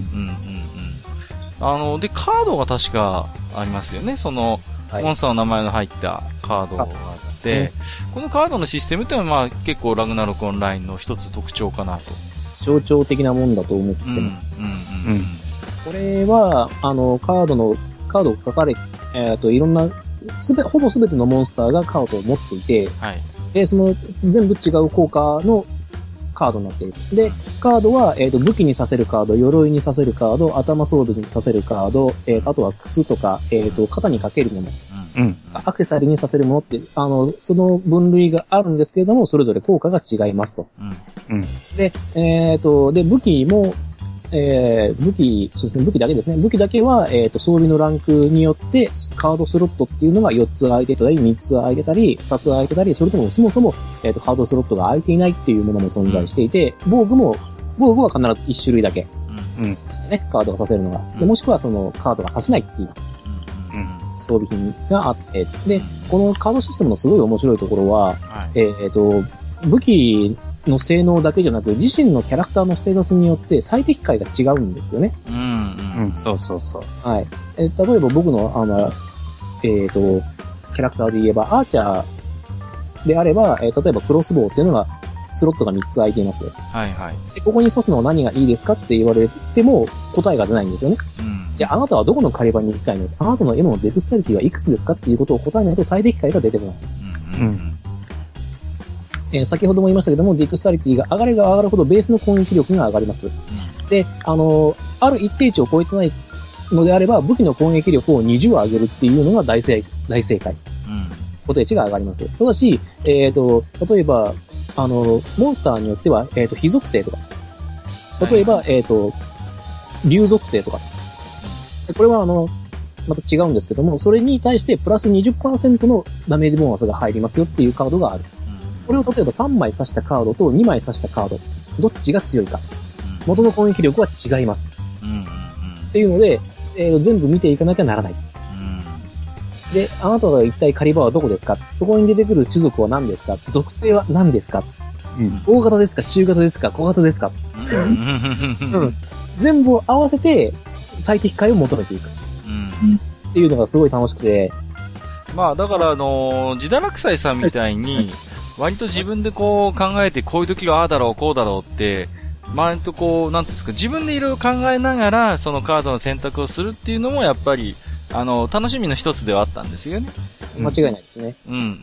で、カードが確かありますよね。モンスターの名前の入ったカードがあって、このカードのシステムっていうのは結構ラグナロクオンラインの一つ特徴かなと。 象徴的なもんだと思ってます。これは、カードが書かれ、いろんな、ほぼすべてのモンスターがカードを持っていて、で、全部違う効果のカードになっている。で、カードは、武器にさせるカード、鎧にさせるカード、頭装備にさせるカード、あとは靴とか、肩にかけるもの。アクセサリーにさせるものって、その分類があるんですけれども、それぞれ効果が違いますと。で、武器も、武器だけですね。武器だけは、装備のランクによって、カードスロットっていうのが4つ空いてたり、3つ空いてたり、2つ空いてたり、それともそもそも、カードスロットが空いていないっていうものも存在していて、防具は必ず1種類だけ。ですね。カードがさせるのが。でもしくはカードがさせないっていう。装備品があって、で、このカードシステムのすごい面白いところは、武器の性能だけじゃなく、自身のキャラクターのステータスによって最適解が違うんですよね。 そうそうそう。 はい。例えば僕の、キャラクターで言えば、アーチャーであれば、例えばクロスボウっていうのが、スロットが3つ空いています。で、ここに刺すのは何がいいですかって言われても、答えが出ないんですよね。じゃあ、あなたはどこのカリバーに行きたいの？あなたの M のデクスタリティはいくつですかっていうことを答えないと最適解が出てこない。先ほども言いましたけども、デクスタリティが上がれば上がるほどベースの攻撃力が上がります。で、ある一定値を超えてないのであれば、武器の攻撃力を20上げるっていうのが大正解。固定値が上がります。ただし、例えば、モンスターによっては、非属性とか。例えば、竜属性とか。これはまた違うんですけども、それに対してプラス 20% のダメージボーナスが入りますよっていうカードがある。これを例えば3枚刺したカードと2枚刺したカード、どっちが強いか。元の攻撃力は違います。っていうので、全部見ていかなきゃならない。で、あなたが一体カリバーはどこですか？そこに出てくる種族は何ですか？属性は何ですか？大型ですか？中型ですか？小型ですか？全部を合わせて最適解を求めていく。っていうのがすごい楽しくて。 だからジダラクサイさんみたいに、割と自分でこう考えて、こういう時はああだろう、こうだろうって、割とこう、なんていうんですか、自分でいろいろ考えながら、そのカードの選択をするっていうのもやっぱり、楽しみの一つではあったんですよね。 間違いないですね。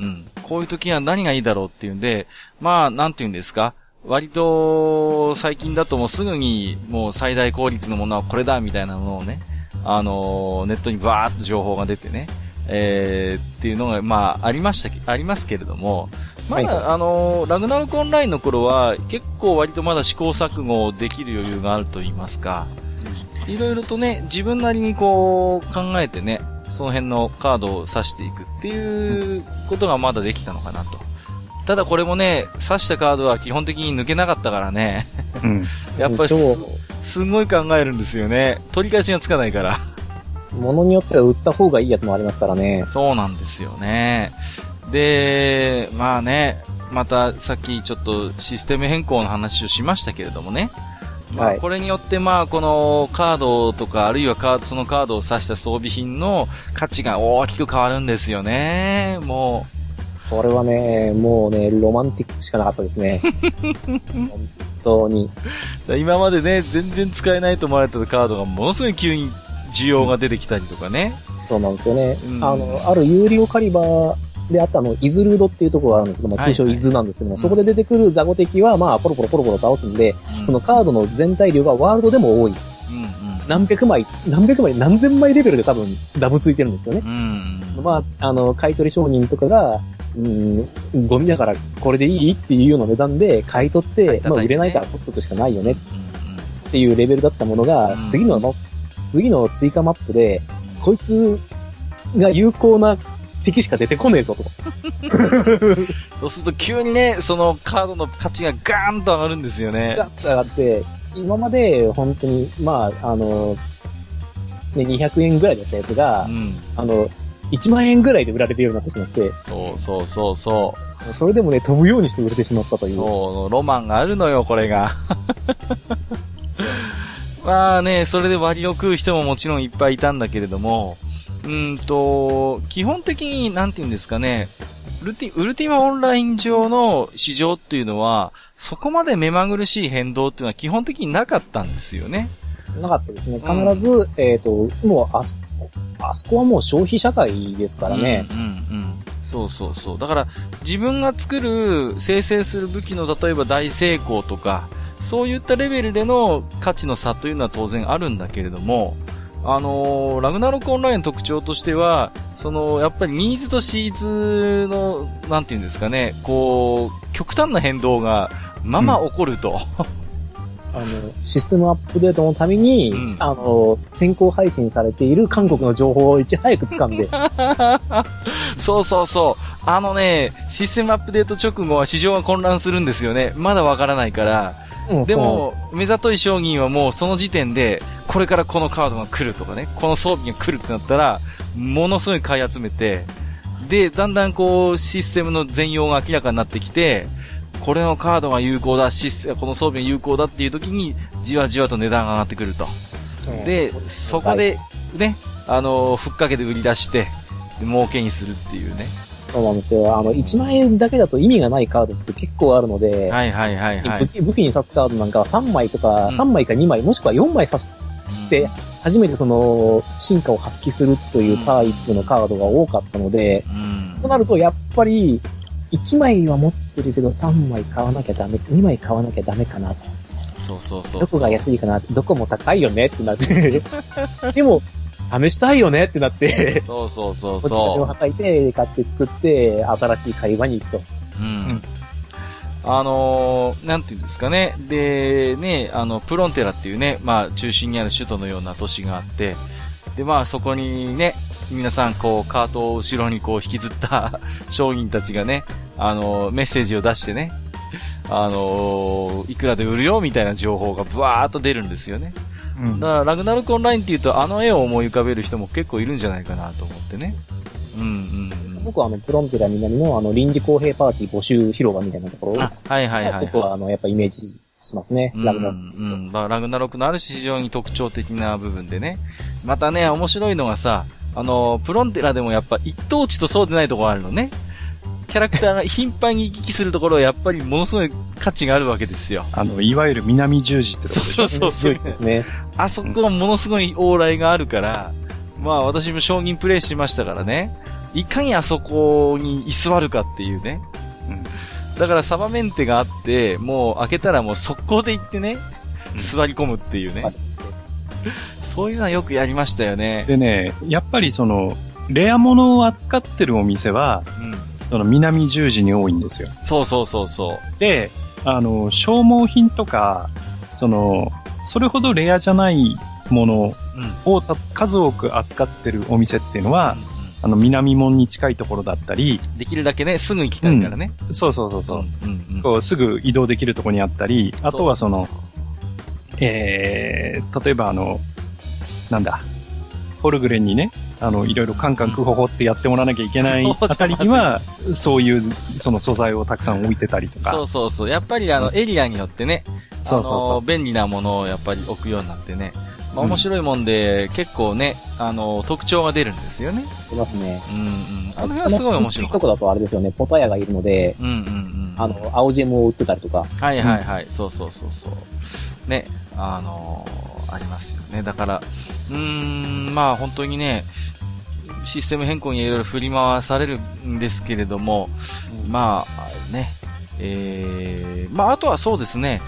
こういう時は何がいいだろうっていうんで、まあ、なんていうんですか。割と、最近だともうすぐに、もう最大効率のものはこれだみたいなのをね、ネットにバーっと情報が出てね、っていうのが、まあ、ありますけれども、まだ、ラグナロクオンラインの頃は、結構割とまだ試行錯誤できる余裕があると言いますか、いろいろとね、自分なりにこう、考えてね、その辺のカードを指していくっていうことがまだできたのかなと。ただこれもね、指したカードは基本的に抜けなかったからね。うん、やっぱりすごい考えるんですよね。取り返しがつかないから。 物によっては売った方がいいやつもありますからね。 そうなんですよね。で、まあね、またさっきちょっとシステム変更の話をしましたけれどもね。まあこれによってまあこのカードとかあるいはそのカードを指した装備品の価値が大きく変わるんですよね。もう。 これはね、もうね、ロマンティックしかなかったですね。本当に。 今までね、全然使えないと思われてたカードがものすごい急に需要が出てきたりとかね。 そうなんですよね。ある有料カリバーであったイズルードっていうところがあるんですけども、通称イズなんですけども、そこで出てくるザゴ敵はまあ、ポロポロ倒すんで、そのカードの全体量がワールドでも多い。何千枚レベルで多分ダブついてるんですよね。まあ、買い取り商人とかが、ゴミだからこれでいいっていうような値段で買い取って、まあ売れないから取っとくしかないよねっていうレベルだったものが、次の追加マップで、こいつが有効な敵しか出てこねえぞと。 そうすると急にね、そのカードの価値がガーンと上がるんですよね。 ガッと上がって、今まで本当に、まあ、200円ぐらいだったやつが、1万円ぐらいで売られるようになってしまって。 そう。 それでもね、飛ぶようにして売れてしまったという。 そう、ロマンがあるのよ、これが。まあね、それで割を食う人ももちろんいっぱいいたんだけれども、基本的に、なんて言うんですかね、ウルティマオンライン上の市場っていうのは、そこまで目まぐるしい変動っていうのは基本的になかったんですよね。 なかったですね。必ず、もうあそこはもう消費社会ですからね。 そう。だから、自分が生成する武器の例えば大成功とか、そういったレベルでの価値の差というのは当然あるんだけれども、ラグナロクオンラインの特徴としては、やっぱりニーズとシーズの、なんていうんですかね、こう、極端な変動が、起こると。 システムアップデートのために、先行配信されている韓国の情報をいち早く掴んで。 そう。システムアップデート直後は市場が混乱するんですよね。まだわからないから。でも、目ざとい商人はもうその時点で、これからこのカードが来るとかね、この装備が来るってなったら、ものすごい買い集めて、で、だんだんこう、システムの全容が明らかになってきて、これのカードが有効だ、この装備が有効だっていう時に、じわじわと値段が上がってくると。で、そこで、ね、ふっかけで売り出して、儲けにするっていうね。 そうなんですよ。1万円だけだと意味がないカードって結構あるので、武器に刺すカードなんかは3枚とか、3枚か2枚、もしくは4枚刺して、初めて進化を発揮するというタイプのカードが多かったので、となるとやっぱり、1枚は持ってるけど3枚買わなきゃダメ、2枚買わなきゃダメかな。 そう。 どこが安いかな、どこも高いよねってなって。でも、試したいよねってなって。 そう。 お金をはたいて、買って作って、新しい会話に行くと。 なんていうんですかね。で、ね、プロンテラっていうね、まあ、中心にある首都のような都市があって、で、まあ、そこにね、皆さん、こう、カートを後ろにこう、引きずった商人たちがね、メッセージを出してね、いくらで売るよみたいな情報がブワーっと出るんですよね。だから、ラグナロクオンラインって言うと、絵を思い浮かべる人も結構いるんじゃないかなと思ってね。 僕はプロンテラ南の臨時公平パーティー募集広場みたいなところを、僕はやっぱイメージしますね、ラグナロク。 ラグナロクのある種非常に特徴的な部分でね。またね、面白いのがさ、プロンテラでもやっぱ一等地とそうでないところあるのね。キャラクターが頻繁に行き来するところはやっぱりものすごい価値があるわけですよ。 いわゆる南十字ってところそうですね。あそこはものすごい往来があるから、まあ私も将棋プレイしましたからね。 いかにあそこに居座るかっていうね。うん。だからサバメンテがあって、もう開けたらもう速攻で行ってね、座り込むっていうね。そういうのはよくやりましたよね。 でね、やっぱりレア物を扱ってるお店は、南十字に多いんですよ。 そうそうそうそう。 で、消耗品とか、それほどレアじゃないものを数多く扱ってるお店っていうのは、南門に近いところだったり。 できるだけね、すぐ行きたいからね。 そうそうそうそう。こう、すぐ移動できるところにあったり、あとは例えばなんだ、ホルグレンにね、いろいろカンカンクホホってやってもらわなきゃいけないあたりには、そういう、素材をたくさん置いてたりとか。 そうそうそう。やっぱりエリアによってね、そうそうそう。便利なものをやっぱり置くようになってね。まあ、面白いもんで、結構ね、特徴が出るんですよね。 出ますね。 あの辺はすごい面白い。 とこだとあれですよね、ポタヤがいるので、青ジェムを売ってたりとか。 はいはいはい。そうそうそうそう。ね、ありますよね。だから、まあ本当にね、システム変更にいろいろ振り回されるんですけれども、まあね、まああとはそうですね、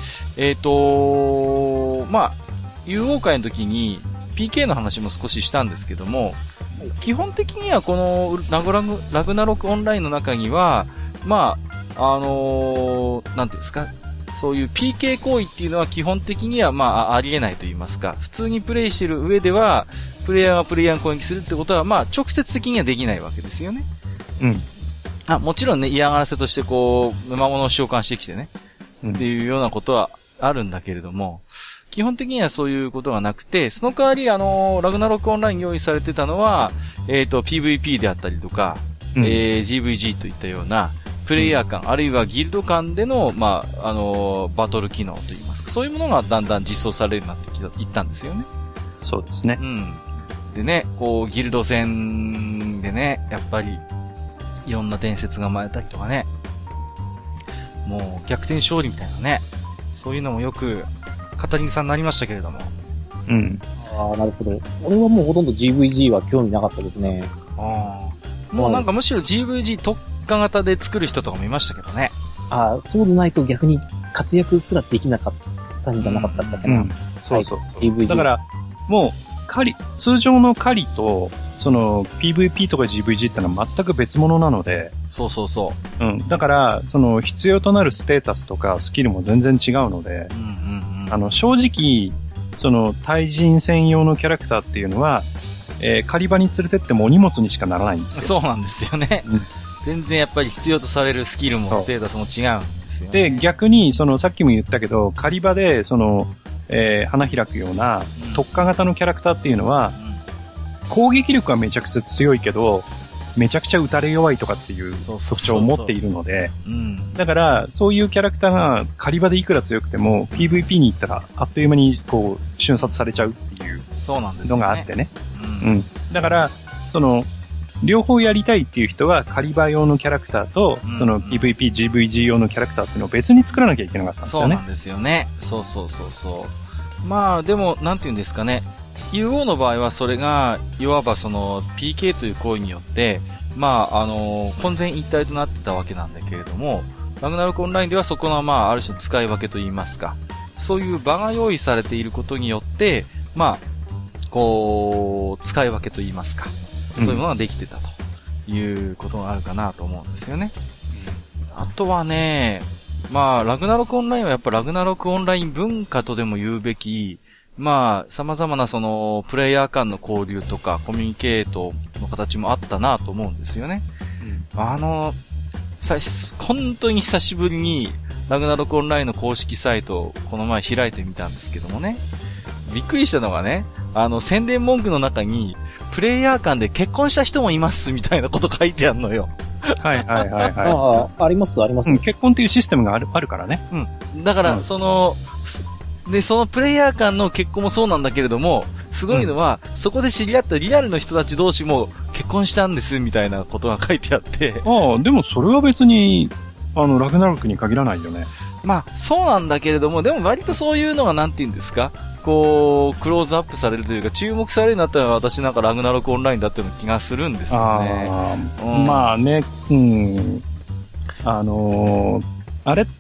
まあ、UO 会の時に PK の話も少ししたんですけども、基本的にはこのラグナロクオンラインの中には、まあ、なんていうんですか、そういう PK 行為っていうのは基本的にはまあありえないと言いますか、普通にプレイしてる上では、プレイヤーがプレイヤーに攻撃するってことはまあ直接的にはできないわけですよね。うん。もちろんね、嫌がらせとしてこう、魔物を召喚してきてね、っていうようなことはあるんだけれども、基本的にはそういうことがなくて、その代わりラグナロクオンラインに用意されてたのは、PVP であったりとか、GVG といったような、プレイヤー間、あるいはギルド間での、まあ、バトル機能といいますか、そういうものがだんだん実装されるようになっていったんですよね。 そうですね。 うん。でね、こう、ギルド戦でね、やっぱり、いろんな伝説が生まれたりとかね、もう逆転勝利みたいなね、そういうのもよく、カタリングさんになりましたけれども。 うん。ああ、なるほど。俺はもうほとんど GVG は興味なかったですね。 ああ。もうなんかむしろ GVG 特化型で作る人とかもいましたけどね。 ああ、そうでないと逆に活躍すらできなかったんじゃなかったっけな。 そうそうそう。GVG。だから、もう、通常の狩りと、PVP とか GVG ってのは全く別物なので。 そうそうそう。 うん。だから、必要となるステータスとかスキルも全然違うので、正直、対人専用のキャラクターっていうのは、狩り場に連れてってもお荷物にしかならないんですよ。 そうなんですよね。全然やっぱり必要とされるスキルもステータスも違うんですよね。 で、逆に、さっきも言ったけど、狩り場で、花開くような特化型のキャラクターっていうのは、攻撃力はめちゃくちゃ強いけど、めちゃくちゃ撃たれ弱いとかっていう特徴を持っているので、だから、そういうキャラクターが狩り場でいくら強くても、PVP に行ったら、あっという間にこう、瞬殺されちゃうっていうのがあってね。だから、両方やりたいっていう人は、狩り場用のキャラクターと、PVP、GVG 用のキャラクターっていうのを別に作らなきゃいけなかったんですよね。 そうなんですよね。そうそうそうそう。まあ、でも、なんて言うんですかね。UO の場合はそれが、いわばPK という行為によって、まあ、混然一体となってたわけなんだけれども、ラグナロクオンラインではそこの、まあ、ある種の使い分けといいますか、そういう場が用意されていることによって、まあ、こう、使い分けといいますか、そういうものができてたということがあるかなと思うんですよね。あとはね、まあ、ラグナロクオンラインはやっぱラグナロクオンライン文化とでも言うべき、まあ、様々なプレイヤー間の交流とか、コミュニケートの形もあったなと思うんですよね。本当に久しぶりに、ラグナロクオンラインの公式サイトをこの前開いてみたんですけどもね。びっくりしたのがね、宣伝文句の中に、プレイヤー間で結婚した人もいますみたいなこと書いてあるのよ。 はいはいはいはい。 ああ、ありますあります。 結婚っていうシステムがあるからね。 だから、そのプレイヤー間の結婚もそうなんだけれども、すごいのは、そこで知り合ったリアルの人たち同士も結婚したんですみたいなことが書いてあって。 ああ、でもそれは別に、 ラグナロクに限らないよね。 まあ、そうなんだけれども、でも割とそういうのがなんて言うんですか、こう、クローズアップされるというか、注目されるようになったのは私なんかラグナロクオンラインだったような気がするんですよね。 まあね、あれって、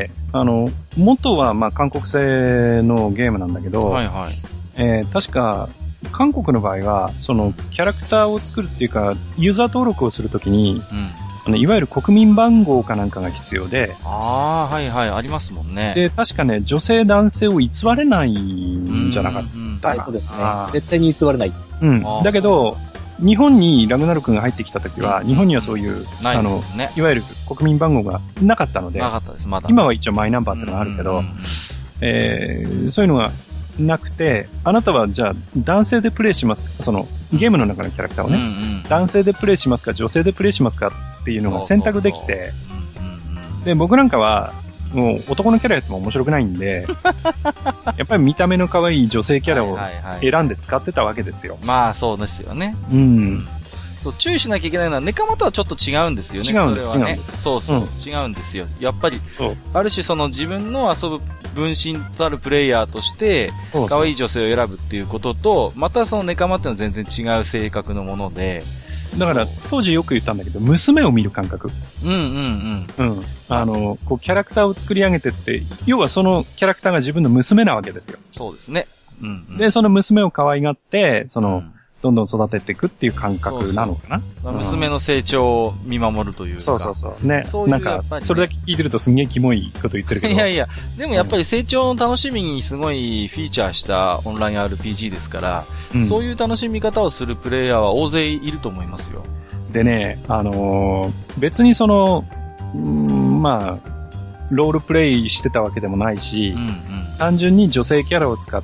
元はまあ韓国製のゲームなんだけど、はいはい。確か、韓国の場合は、その、キャラクターを作るっていうか、ユーザー登録をするときに、いわゆる国民番号かなんかが必要で。 ああ、はいはい、ありますもんね。 で、確かね、女性男性を偽れないんじゃなかったかな。 そうですね。絶対に偽れない。 うん。だけど、日本にラグナロクが入ってきたときは、日本にはそういう、いわゆる国民番号がなかったので、 なかったです、まだ。 今は一応マイナンバーってのがあるけど、そういうのがなくて、あなたはじゃあ男性でプレイしますか、そのゲームの中のキャラクターをね、男性でプレイしますか、女性でプレイしますかっていうのが選択できて、で、僕なんかは、もう男のキャラやっても面白くないんで、やっぱり見た目の可愛い女性キャラを選んで使ってたわけですよ。 まあそうですよね。注意しなきゃいけないのは、ネカマとはちょっと違うんですよね。 違うんです、ね、 そうそう、違うんですよ。やっぱり、ある種その自分の遊ぶ分身となるプレイヤーとして、可愛い女性を選ぶっていうことと、またそのネカマっていうのは全然違う性格のもので、 だから、当時よく言ったんだけど、娘を見る感覚。こう、キャラクターを作り上げてって、要はそのキャラクターが自分の娘なわけですよ。 そうですね。 で、その娘を可愛がって、どんどん育てていくっていう感覚なのかな。 娘の成長を見守るというか。 そうね。なんか、それだけ聞いてるとすんげえキモいこと言ってるけど。 いやいや、でもやっぱり成長の楽しみにすごいフィーチャーしたオンライン RPG ですから、そういう楽しみ方をするプレイヤーは大勢いると思いますよ。 でね、別にまあ、ロールプレイしてたわけでもないし、単純に女性キャラを使って、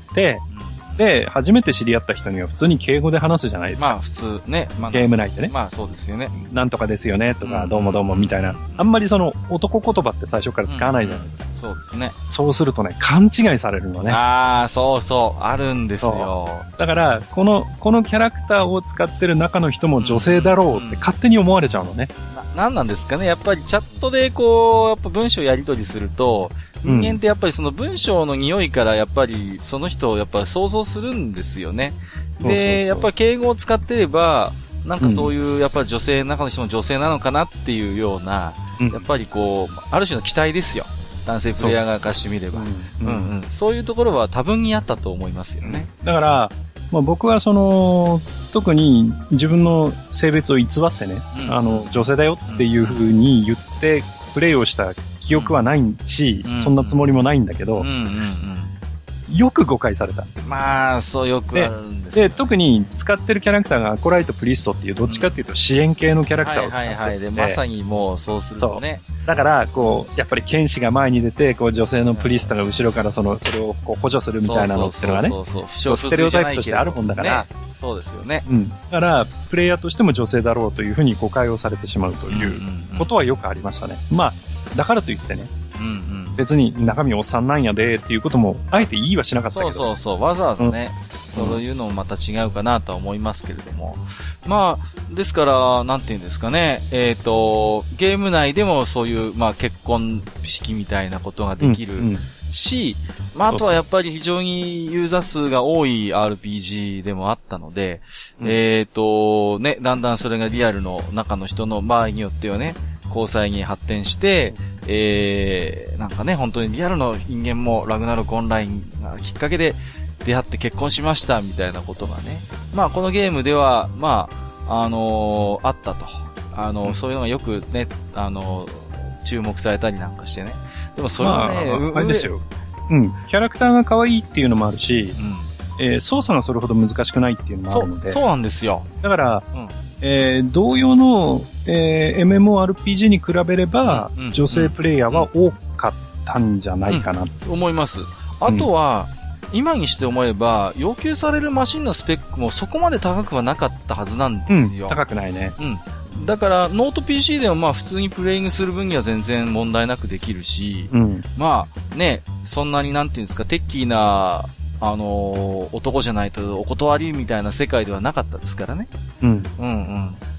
で、初めて知り合った人には普通に敬語で話すじゃないですか。 まあ普通ね。 ゲーム内でね。 まあそうですよね。 なんとかですよね、とか、どうもどうもみたいな。あんまり男言葉って最初から使わないじゃないですか。 そうですね。 そうするとね、勘違いされるのね。 ああ、そうそう、あるんですよ。 だから、このキャラクターを使ってる中の人も女性だろうって勝手に思われちゃうのね。 なんなんですかね。やっぱりチャットでやっぱ文章やり取りすると、人間ってやっぱりその文章の匂いからやっぱりその人をやっぱ想像するんですよね。で、やっぱり敬語を使ってれば、なんかそういうやっぱり女性、中の人も女性なのかなっていうような、やっぱりある種の期待ですよ。男性プレイヤー側からしてみれば。そういうところは多分にあったと思いますよね。 だから、まあ、僕は特に自分の性別を偽ってね、女性だよっていう風に言ってプレイをした記憶はないし、そんなつもりもないんだけど、よく誤解された。 まあ、そうよくあるんですで、特に使ってるキャラクターがアコライト・プリストっていう、どっちかっていうと支援系のキャラクターを使ってて、 で、まさにもうそうするとね。 だから、やっぱり剣士が前に出て、女性のプリストが後ろからそれを補助するみたいなのってのがね、ステレオタイプとしてあるもんだから、 そうですよね。 だから、プレイヤーとしても女性だろうというふうに誤解をされてしまうということはよくありましたね。まあ、だからといってね、別に中身おっさんなんやでっていうことも、あえて言いはしなかったけど。 そう。わざわざね、そういうのもまた違うかなとは思いますけれども。まあ、ですから、なんていうんですかね、ゲーム内でもそういう、まあ結婚式みたいなことができるし、まああとはやっぱり非常にユーザー数が多い RPG でもあったので、ね、だんだんそれがリアルの中の人の場合によってはね、交際に発展して、なんかね、本当にリアルの人間もラグナロクオンラインがきっかけで出会って結婚しましたみたいなことがね、まあこのゲームでは、まあ、あったと。そういうのがよくね、注目されたりなんかしてね。でもそれはね、 あれですよ。キャラクターが可愛いっていうのもあるし、操作がそれほど難しくないっていうのもあるので。 そうなんですよ。 だから、同様の、MMORPG に比べれば、女性プレイヤーは多かったんじゃないかな、 思います。あとは、今にして思えば、要求されるマシンのスペックもそこまで高くはなかったはずなんですよ。 高くないね。 だから、ノート PC でもまあ普通にプレイングする分には全然問題なくできるし、まあね、そんなになんていうんですか、テッキーな、男じゃないとお断りみたいな世界ではなかったですからね。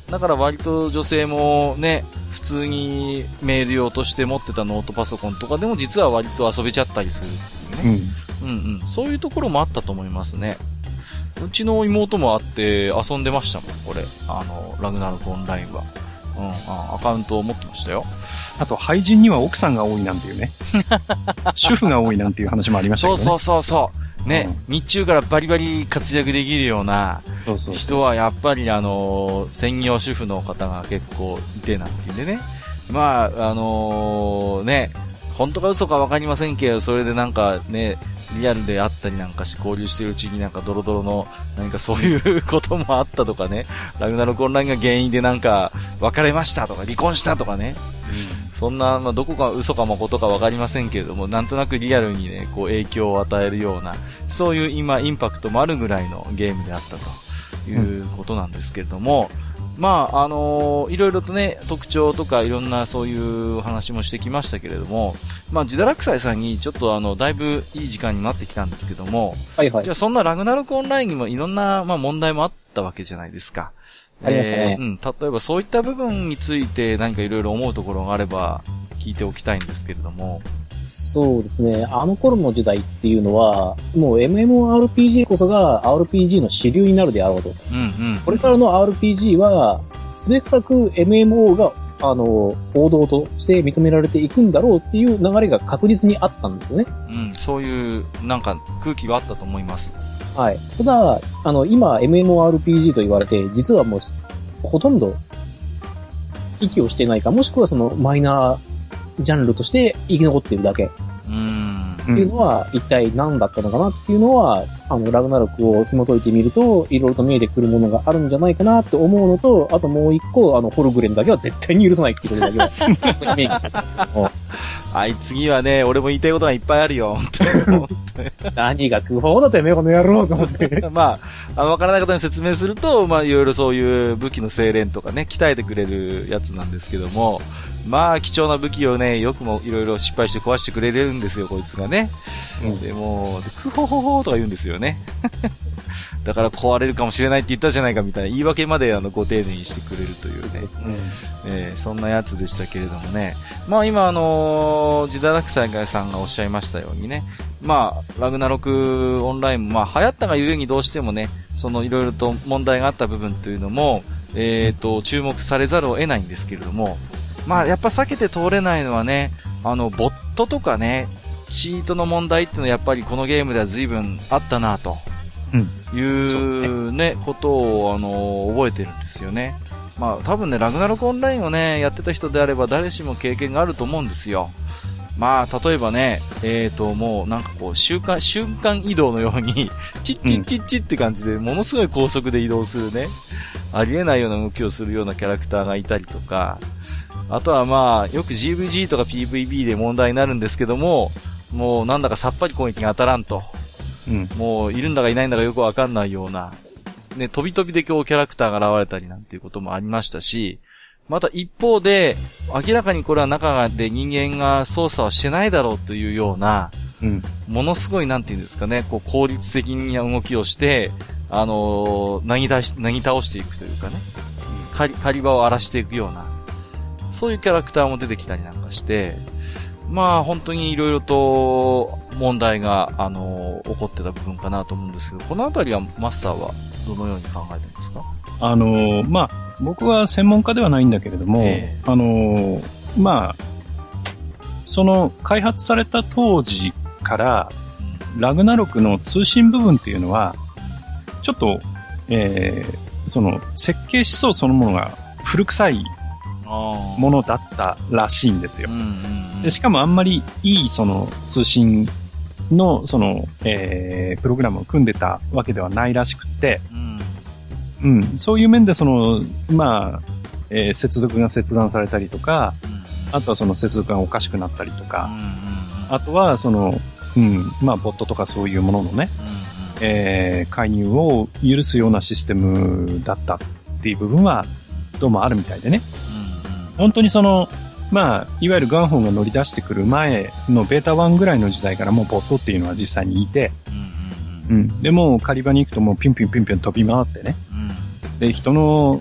だから割と女性もね、普通にメール用として持ってたノートパソコンとかでも実は割と遊べちゃったりするっていうね。うんうん。そういうところもあったと思いますね。うちの妹もあって遊んでましたもん、これ。ラグナロクオンラインは。アカウントを持ってましたよ。 あと、廃人には奥さんが多いなんていうね。主婦が多いなんていう話もありましたけどね。 そう。ね、日中からバリバリ活躍できるような人はやっぱり専業主婦の方が結構いてなんていうんでね。まあ、ね、本当か嘘かわかりませんけど、それでなんかね、リアルであったりなんかし交流してるうちになんかドロドロの何かそういうこともあったとかね、ラグナロクオンラインが原因でなんか別れましたとか離婚したとかね、そんな、まあ、どこか嘘か誠かわかりませんけれども、なんとなくリアルにね、こう影響を与えるような、そういう今インパクトもあるぐらいのゲームであったということなんですけれども、まあ、いろいろとね、特徴とかいろんなそういう話もしてきましたけれども、まあ、ジダラクサイさんにちょっとだいぶいい時間になってきたんですけども、はいはい。じゃあそんなラグナロクオンラインにもいろんな、まあ、問題もあったわけじゃないですか。 ありましたね。 例えばそういった部分について何かいろいろ思うところがあれば聞いておきたいんですけれども。 そうですね。あの頃の時代っていうのは、もう MMORPG こそが RPG の主流になるであろうと。これからの RPG は、すべてなく MMO が、王道として認められていくんだろうっていう流れが確実にあったんですよね。 そういう、なんか空気があったと思います。 はい。ただ、今 MMORPG と言われて、実はもう、ほとんど、息をしていないか、もしくはそのマイナージャンルとして生き残っているだけ。っていうのは、一体何だったのかなっていうのは、ラグナロクを紐解いてみると、いろいろと見えてくるものがあるんじゃないかなって思うのと、あともう一個、ホルグレンだけは絶対に許さないっていうことだけは、イメージしてるんですけども。 はい、次はね、俺も言いたいことがいっぱいあるよ。 何が不法だてめえこの野郎と思って。 まあ、わからない方に説明すると、まあ、いろいろそういう武器の精錬とかね、鍛えてくれるやつなんですけども、まあ、貴重な武器をね、よくもいろいろ失敗して壊してくれるんですよ、こいつがね。でも、クホホホとか言うんですよね。だから壊れるかもしれないって言ったじゃないかみたいな言い訳までご丁寧にしてくれるというね。そんなやつでしたけれどもね。まあ今ジダラクサイさんがおっしゃいましたようにね。まあ、ラグナロクオンラインも、まあ流行ったがゆえにどうしてもね、そのいろいろと問題があった部分というのも、注目されざるを得ないんですけれども、まあやっぱ避けて通れないのはね、ボットとかね、チートの問題っていうのはやっぱりこのゲームでは随分あったなと。いうね、ことを覚えてるんですよね。まあ多分ね、ラグナロクオンラインをね、やってた人であれば誰しも経験があると思うんですよ。まあ例えばね、もうなんかこう瞬間移動のように、チッチッチッチッって感じで、ものすごい高速で移動するね、ありえないような動きをするようなキャラクターがいたりとか、あとはまあ、よく GVG とか PVB で問題になるんですけども、もうなんだかさっぱり攻撃が当たらんと。もういるんだかいないんだかよくわかんないような、ね、飛び飛びで今日キャラクターが現れたりなんていうこともありましたし、また一方で、明らかにこれは中で人間が操作はしてないだろうというような、ものすごいなんていうんですかね、こう効率的な動きをして、なぎ倒していくというかね、狩り場を荒らしていくような、そういうキャラクターも出てきたりなんかして、まあ本当にいろいろと問題が、起こってた部分かなと思うんですけど、このあたりはマスターはどのように考えてるんですか？ まあ、僕は専門家ではないんだけれども、まあ、その開発された当時から、ラグナロクの通信部分っていうのは、ちょっと、その設計思想そのものが古臭いものだったらしいんですよ。で、しかもあんまりいいその通信のその、プログラムを組んでたわけではないらしくって、そういう面でその、まあ、接続が切断されたりとか、あとはその接続がおかしくなったりとか、あとはその、まあ、ボットとかそういうもののね、介入を許すようなシステムだったっていう部分はどうもあるみたいでね。本当にその、まあ、いわゆるガンホンが乗り出してくる前のベータ1ぐらいの時代からもうボットっていうのは実際にいて、でも狩り場に行くともうピュンピュンピュンピュン飛び回ってね、で、人の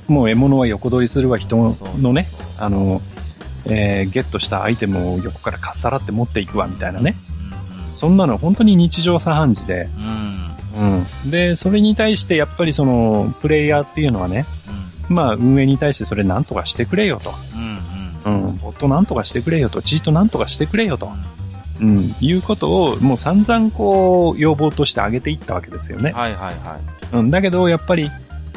もう獲物は横取りするわ、人のね、ゲットしたアイテムを横からかっさらって持っていくわ、みたいなね。そんなの本当に日常茶飯事で、で、それに対してやっぱりその、プレイヤーっていうのはね、まあ、運営に対してそれなんとかしてくれよと。ボットなんとかしてくれよと、チートなんとかしてくれよと。いうことをもう散々こう、要望として上げていったわけですよね。だけど、やっぱり、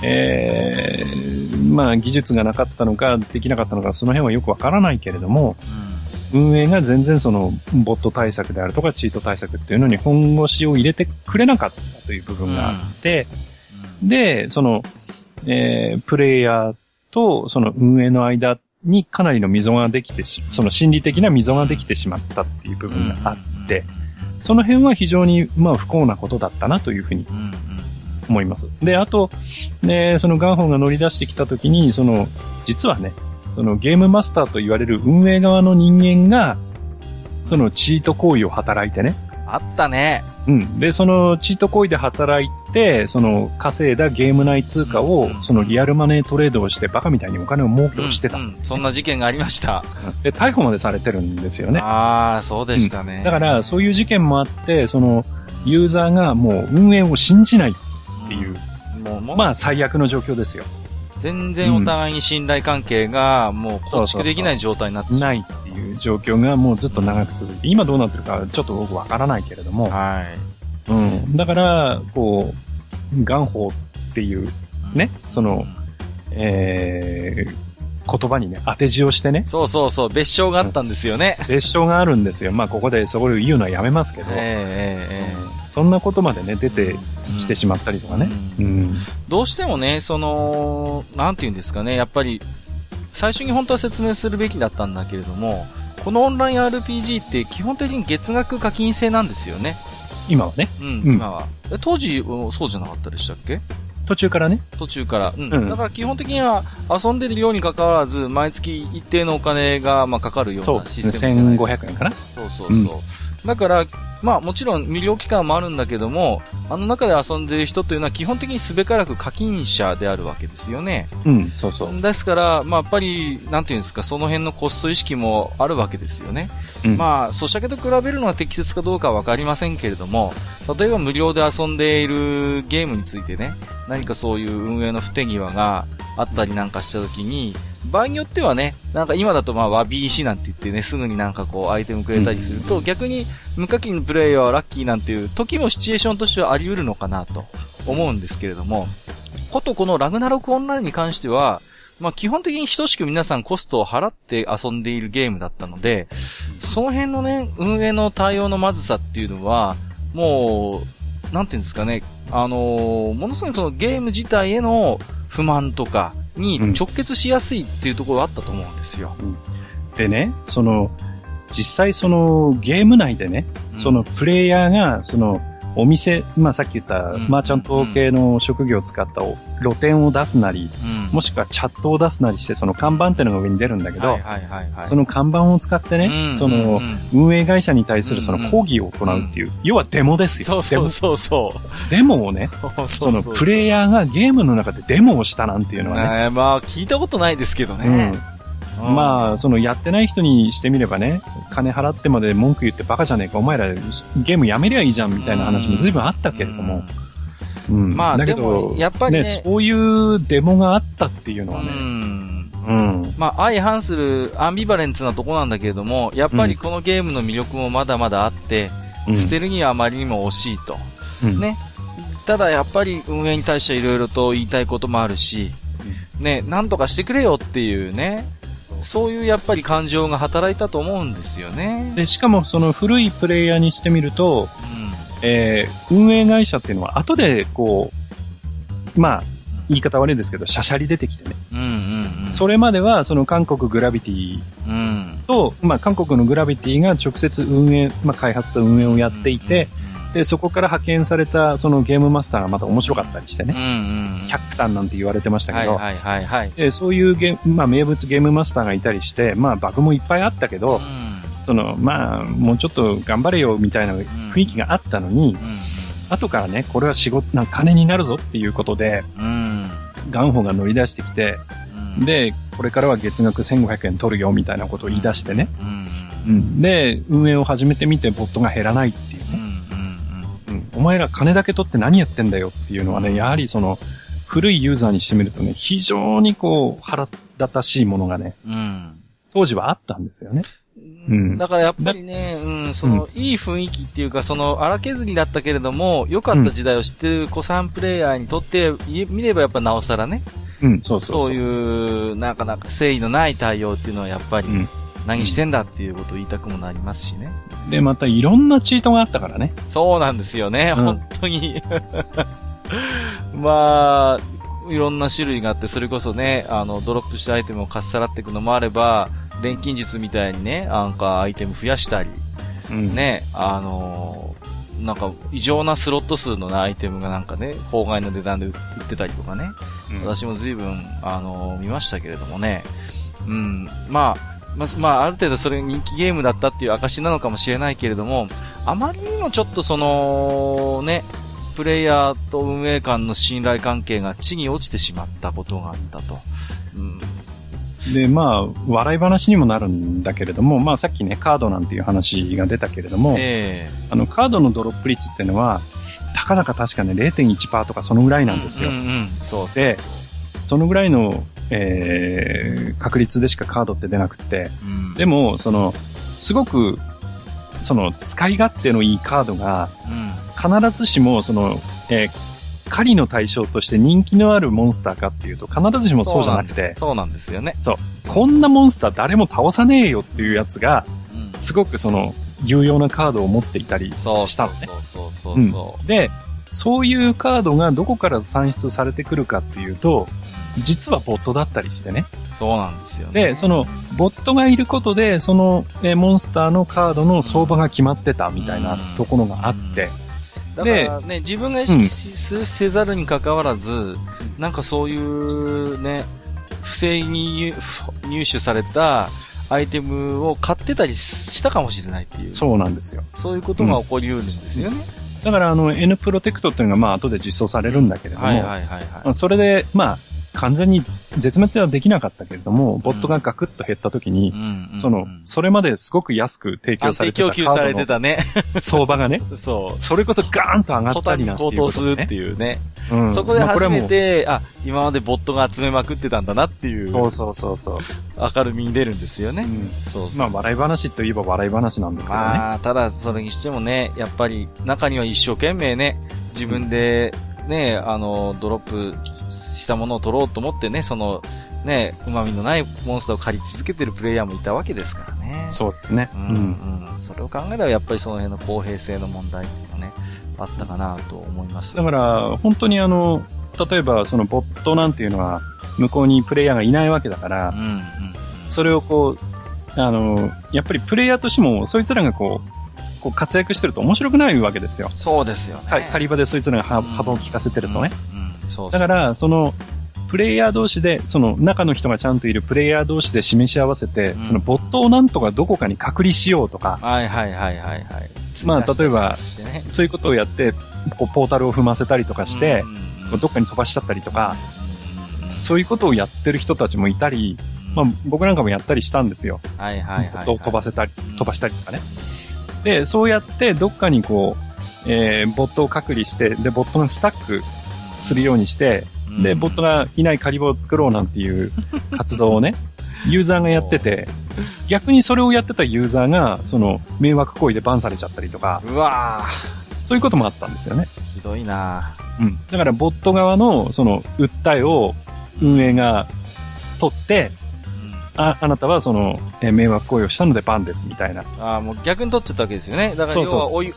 まあ、技術がなかったのか、できなかったのか、その辺はよくわからないけれども、運営が全然その、ボット対策であるとか、チート対策っていうのに本腰を入れてくれなかったという部分があって、で、その、プレイヤーとその運営の間にかなりの溝ができてその心理的な溝ができてしまったっていう部分があって、その辺は非常にまあ不幸なことだったなというふうに思います。で、あと、ね、そのガンホーが乗り出してきたときに、その、実はね、そのゲームマスターと言われる運営側の人間が、そのチート行為を働いてね。 あったね。 で、そのチート行為で働いて、その稼いだゲーム内通貨を、そのリアルマネートレードをしてバカみたいにお金を儲けをしてた、 そんな事件がありました。 で、逮捕までされてるんですよね。 ああ、そうでしたね。 だから、そういう事件もあって、その、ユーザーがもう運営を信じないっていう、まあ最悪の状況ですよ。 全然お互いに信頼関係がもう構築できない状態になってしまう。 ないっていう状況がもうずっと長く続いて、今どうなってるかちょっと僕わからないけれども、だから、こう、ガンホーっていうね、その、言葉にね、当て字をしてね。 そうそうそう、別称があったんですよね。 別称があるんですよ。まあ、ここでそこで言うのはやめますけど、そんなことまでね、出てきてしまったりとかね。 どうしてもね、その、なんて言うんですかね、やっぱり、最初に本当は説明するべきだったんだけれども、このオンライン RPG って基本的に月額課金制なんですよね。 今はね。 今は。当時、そうじゃなかったでしたっけ？ 途中からね。 途中から。だから基本的には遊んでる量に関わらず、毎月一定のお金がまあかかるようなシステム。 そうですね。1500円かな。 そうそうそう。だから、まあもちろん無料期間もあるんだけども、あの中で遊んでる人というのは基本的にすべからく課金者であるわけですよね。 そうそう。 ですから、まあやっぱり、なんていうんですか、その辺のコスト意識もあるわけですよね。まあ、ソシャゲと比べるのは適切かどうかはわかりませんけれども、例えば無料で遊んでいるゲームについてね、何かそういう運営の不手際があったりなんかしたときに、場合によってはね、なんか今だとまあわび石なんて言ってね、すぐになんかこうアイテムくれたりすると、逆に無課金のプレイヤーはラッキーなんていう時もシチュエーションとしてはあり得るのかなと思うんですけれども、ことこのラグナロクオンラインに関しては、まあ基本的に等しく皆さんコストを払って遊んでいるゲームだったので、その辺のね、運営の対応のまずさっていうのは、もう、なんていうんですかね、ものすごいそのゲーム自体への不満とかに直結しやすいっていうところがあったと思うんですよ。 でね、その、実際そのゲーム内でね、そのプレイヤーが、その、お店、まあさっき言ったマーチャント系の職業を使った露店を出すなり、もしくはチャットを出すなりして、その看板っていうのが上に出るんだけど、その看板を使ってね、その運営会社に対するその抗議を行うっていう、要はデモですよ。 そうデモをね、そのプレイヤーがゲームの中でデモをしたなんていうのはね。 まあ聞いたことないですけどね。 まあ、そのやってない人にしてみればね、金払ってまで文句言ってバカじゃねえか、お前らゲームやめりゃいいじゃんみたいな話も随分あったけれども。まあ、だけど、やっぱりね、そういうデモがあったっていうのはね。 まあ、相反するアンビバレンツなとこなんだけれども、やっぱりこのゲームの魅力もまだまだあって、捨てるにはあまりにも惜しいと。ね。ただやっぱり運営に対してはいろいろと言いたいこともあるし、ね、なんとかしてくれよっていうね。そういうやっぱり感情が働いたと思うんですよね。 で、しかもその古いプレイヤーにしてみると、運営会社っていうのは後でこう、まあ、言い方悪いですけど、シャシャリ出てきてね。それまではその韓国グラビティと、まあ韓国のグラビティが直接運営、まあ開発と運営をやっていて、で、そこから派遣されたそのゲームマスターがまた面白かったりしてね。100単なんて言われてましたけど、そういうまあ名物ゲームマスターがいたりして、まあバグもいっぱいあったけど、その、まあ、もうちょっと頑張れよみたいな雰囲気があったのに、後からね、これは仕事、金になるぞっていうことで、 ガンホが乗り出してきて、で、これからは月額1500円取るよみたいなことを言い出してね。で、運営を始めてみてボットが減らないっていうね。お前ら金だけ取って何やってんだよっていうのはね、やはりその、古いユーザーにしてみるとね、非常にこう、腹立たしいものがね、当時はあったんですよね。 だからやっぱりね、いい雰囲気っていうか、荒削りだったけれども、良かった時代を知ってる子さんプレイヤーにとって見ればやっぱなおさらね、そういう、なんか誠意のない対応っていうのはやっぱり、何してんだっていうことを言いたくもなりますしね。 で、またいろんなチートがあったからね。 そうなんですよね、本当に。まあ、いろんな種類があって、それこそね、ドロップしたアイテムをかっさらっていくのもあれば、錬金術みたいにね、なんかアイテム増やしたり、ね、なんか異常なスロット数の、ね、アイテムがなんかね、法外の値段で売ってたりとかね、私も随分、見ましたけれどもね、まあ、ある程度それ人気ゲームだったっていう証なのかもしれないけれども、あまりにもちょっとね、プレイヤーと運営間の信頼関係が地に落ちてしまったことがあったと。 で、まあ、笑い話にもなるんだけれども、まあさっきね、カードなんていう話が出たけれども、カードのドロップ率っていうのは、たかだか確かね、0.1% とかそのぐらいなんですよ。 そうで、そのぐらいの、確率でしかカードって出なくって、でも、すごく、使い勝手のいいカードが、必ずしも、狩りの対象として人気のあるモンスターかっていうと、必ずしもそうじゃなくて。 そうなんですよね。 そう。こんなモンスター誰も倒さねえよっていうやつが、すごく有用なカードを持っていたりしたのね。で、そういうカードがどこから算出されてくるかっていうと、実はボットだったりしてね。 そうなんですよね。 で、ボットがいることで、モンスターのカードの相場が決まってたみたいなところがあって、 だからね、自分が意識せざるに関わらず、なんかそういうね、不正に入手されたアイテムを買ってたりしたかもしれないっていう。 そうなんですよ。 そういうことが起こり得るんですよね。 だからN プロテクトっていうのがまあ後で実装されるんだけれども、それでまあ完全に絶滅はできなかったけれども、ボットがガクッと減った時に、それまですごく安く提供されてたカードの相場がね、それこそガーンと上がったりなんていうこと、ね、 高騰するっていうね。そこで初めて、今までボットが集めまくってたんだなっていう。 そう。 明るみに出るんですよね。 まあ笑い話といえば笑い話なんですけどね。 ただそれにしてもね、やっぱり中には一生懸命ね、自分でね、ドロップしたものを取ろうと思ってね、旨味のないモンスターを狩り続けてるプレイヤーもいたわけですからね。 そうですね。 それを考えればやっぱりその辺の公平性の問題っていうのはね、あったかなと思います。 だから、本当に例えばボットなんていうのは、向こうにプレイヤーがいないわけだから、それをやっぱりプレイヤーとしても、そいつらが活躍してると面白くないわけですよ。 そうですよね。 狩り場でそいつらが幅を利かせてるとね。だから、プレイヤー同士で、中の人がちゃんといるプレイヤー同士で示し合わせて、ボットをなんとかどこかに隔離しようとか。まあ、例えば、そういうことをやって、ポータルを踏ませたりとかして、どっかに飛ばしちゃったりとか、そういうことをやってる人たちもいたり、まあ、僕なんかもやったりしたんですよ。ボットを飛ばしたりとかね。で、そうやってどっかにボットを隔離して、で、ボットがスタックするようにして、で、ボットがいない狩り場を作ろうなんていう活動をね、ユーザーがやってて、逆にそれをやってたユーザーが、迷惑行為でバンされちゃったりとか、そういうこともあったんですよね。 ひどいなぁ。だから、ボット側の、訴えを運営が取って、あなたは迷惑行為をしたのでバンですみたいな。 もう逆に取っちゃったわけですよね。だから要は追い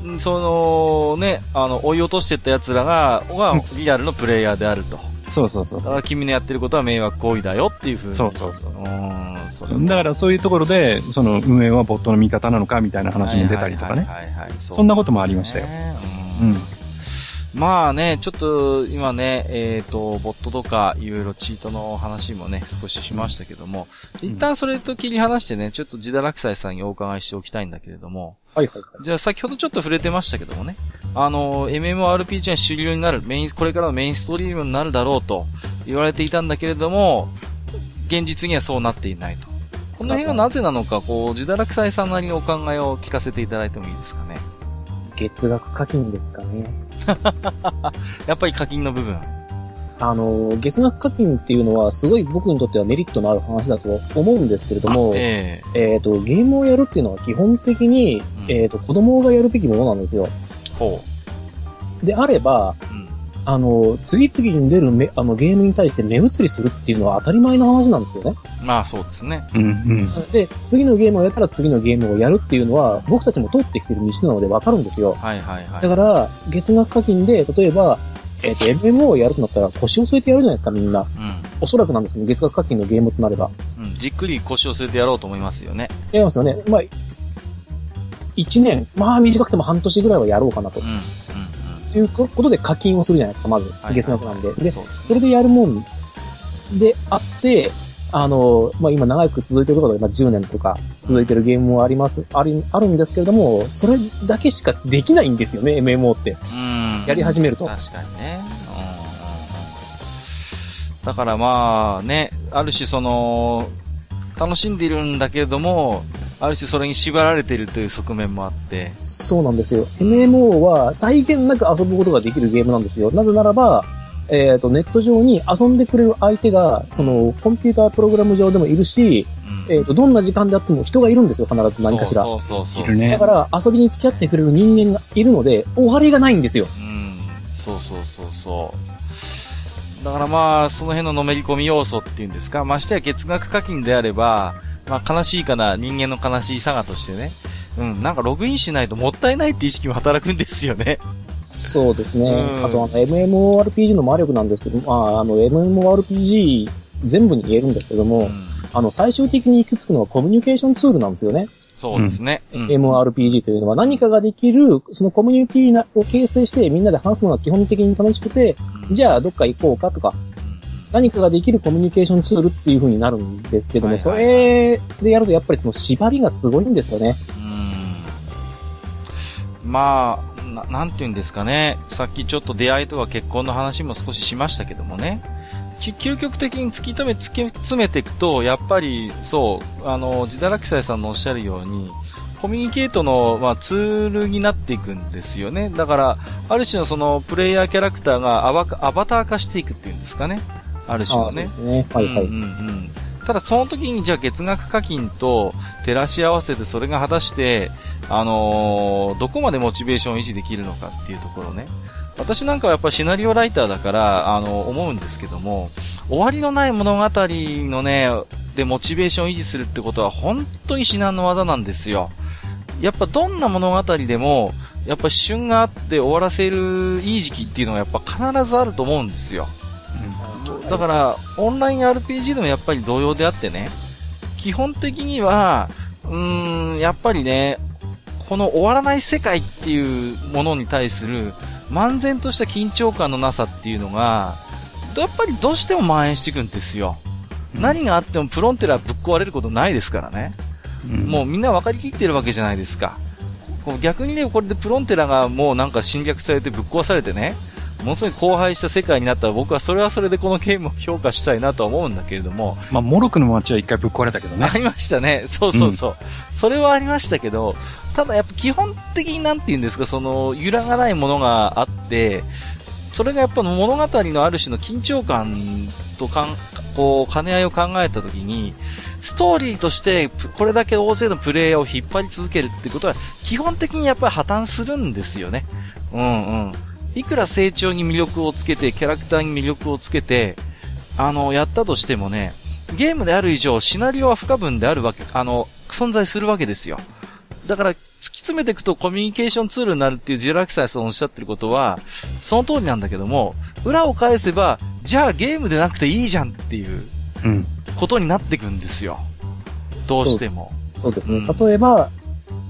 落としてった奴らがリアルのプレイヤーであると。 そう。 だから君のやってることは迷惑行為だよっていう風に。 そう。だからそういうところで、運営はボットの味方なのかみたいな話も出たりとかね。そんなこともありましたよ。 まあね、ちょっと今ね、ボットとかいろいろチートの話もね、少ししましたけども、一旦それと切り離してね、ちょっと自堕落斎さんにお伺いしておきたいんだけれども、 はいはいはい。 じゃあ先ほどちょっと触れてましたけどもね、MMORPG が主流になる、これからのメインストリームになるだろうと言われていたんだけれども、現実にはそうなっていないと。この辺はなぜなのか、自堕落斎さんなりのお考えを聞かせていただいてもいいですかね。 月額課金ですかね。 やっぱり課金の部分。 月額課金っていうのはすごい僕にとってはメリットのある話だと思うんですけれども、ゲームをやるっていうのは基本的に、子供がやるべきものなんですよ。 ほう。であれば、次々に出るゲームに対して目移りするっていうのは当たり前の話なんですよね。 まあそうですね。 で、次のゲームをやったら次のゲームをやるっていうのは僕たちも通ってきてる道なのでわかるんですよ。 はいはいはい。 だから、月額課金で、例えば、MMO をやるとなったら腰を据えてやるじゃないですか、みんな。おそらくなんですけど、月額課金のゲームとなれば。 じっくり腰を据えてやろうと思いますよね。 やりますよね。まあ、1年、まあ短くても半年ぐらいはやろうかなと。ということで課金をするじゃないですか、まず。月額なんで。で、それでやるもんであって、まあ今長く続いてることで、10年とか続いてるゲームもあるんですけれども、それだけしかできないんですよね、MMO って。やり始めると。 確かにね。だからまあね、ある種楽しんでいるんだけれども、ある種それに縛られているという側面もあって。 そうなんですよ。MMO は際限なく遊ぶことができるゲームなんですよ。なぜならば、ネット上に遊んでくれる相手が、コンピュータープログラム上でもいるし、どんな時間であっても人がいるんですよ、必ず何かしら。 そう。 いるね。だから遊びに付き合ってくれる人間がいるので、終わりがないんですよ。 そう。だからまあ、その辺ののめり込み要素っていうんですか、ましてや月額課金であれば、まあ悲しいかな、人間の悲しいさがとしてね。なんかログインしないともったいないって意識も働くんですよね。 そうですね。あとMMORPG の魔力なんですけど、MMORPG 全部に言えるんですけども、最終的に行き着くのはコミュニケーションツールなんですよね。 そうですね。 MMORPG というのは何かができる、そのコミュニティを形成してみんなで話すのが基本的に楽しくて、じゃあどっか行こうかとか、何かができるコミュニケーションツールっていう風になるんですけども、それでやるとやっぱりその縛りがすごいんですよね。 まあ、なんて言うんですかね。さっきちょっと出会いとか結婚の話も少ししましたけどもね。究極的に突き詰めていくと、やっぱり、そう、自堕落斎さんのおっしゃるように、コミュニケートの、ツールになっていくんですよね。だから、ある種のその、プレイヤーキャラクターがアバター化していくっていうんですかね。ある種のね。 そうですね。はいはい。 ただその時にじゃあ月額課金と照らし合わせてそれが果たして、どこまでモチベーションを維持できるのかっていうところね。私なんかはやっぱりシナリオライターだから、思うんですけども、終わりのない物語のね、でモチベーションを維持するってことは本当に至難の技なんですよ。やっぱどんな物語でも、やっぱ旬があって終わらせるいい時期っていうのがやっぱ必ずあると思うんですよ。だから、オンライン RPG でもやっぱり同様であってね、基本的には、やっぱりね、この終わらない世界っていうものに対する漫然とした緊張感のなさっていうのが、やっぱりどうしても蔓延していくんですよ。何があってもプロンテラぶっ壊れることないですからね。もうみんな分かりきってるわけじゃないですか。逆にね、これでプロンテラがもうなんか侵略されてぶっ壊されてね、ものすごい荒廃した世界になったら僕はそれはそれでこのゲームを評価したいなとは思うんだけれども。 まあ、モロクの街は一回ぶっ壊れたけどね。 ありましたね。そう。それはありましたけど、ただやっぱ基本的になんて言うんですか、その揺らがないものがあって、それがやっぱ物語のある種の緊張感とこう、兼ね合いを考えたときに、ストーリーとしてこれだけ大勢のプレイヤーを引っ張り続けるってことは、基本的にやっぱり破綻するんですよね。いくら成長に魅力をつけて、キャラクターに魅力をつけて、やったとしてもね、ゲームである以上、シナリオは不可分であるわけ、存在するわけですよ。だから、突き詰めていくとコミュニケーションツールになるっていうジェラクサイさんおっしゃってることは、その通りなんだけども、裏を返せば、じゃあゲームでなくていいじゃんっていう、ことになっていくんですよ。どうしても。 そうですね。例えば、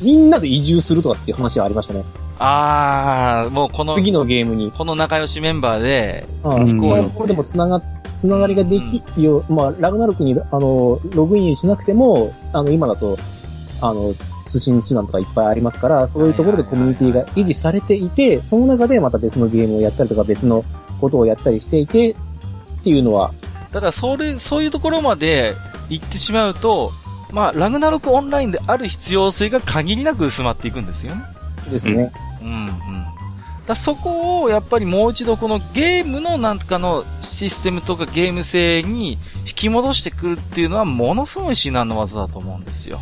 みんなで移住するとかっていう話がありましたね。 もうこの、 次のゲームに。 この仲良しメンバーで、 これでもつながりができよ、まあ、ラグナロクに、ログインしなくても、今だと、通信手段とかいっぱいありますから、そういうところでコミュニティが維持されていて、その中でまた別のゲームをやったりとか、別のことをやったりしていて、っていうのは。 ただ、そういうところまで行ってしまうと、まあ、ラグナロクオンラインである必要性が限りなく薄まっていくんですよね。 ですね。 そこをやっぱりもう一度このゲームのなんとかのシステムとかゲーム性に引き戻してくるっていうのはものすごい至難の技だと思うんですよ。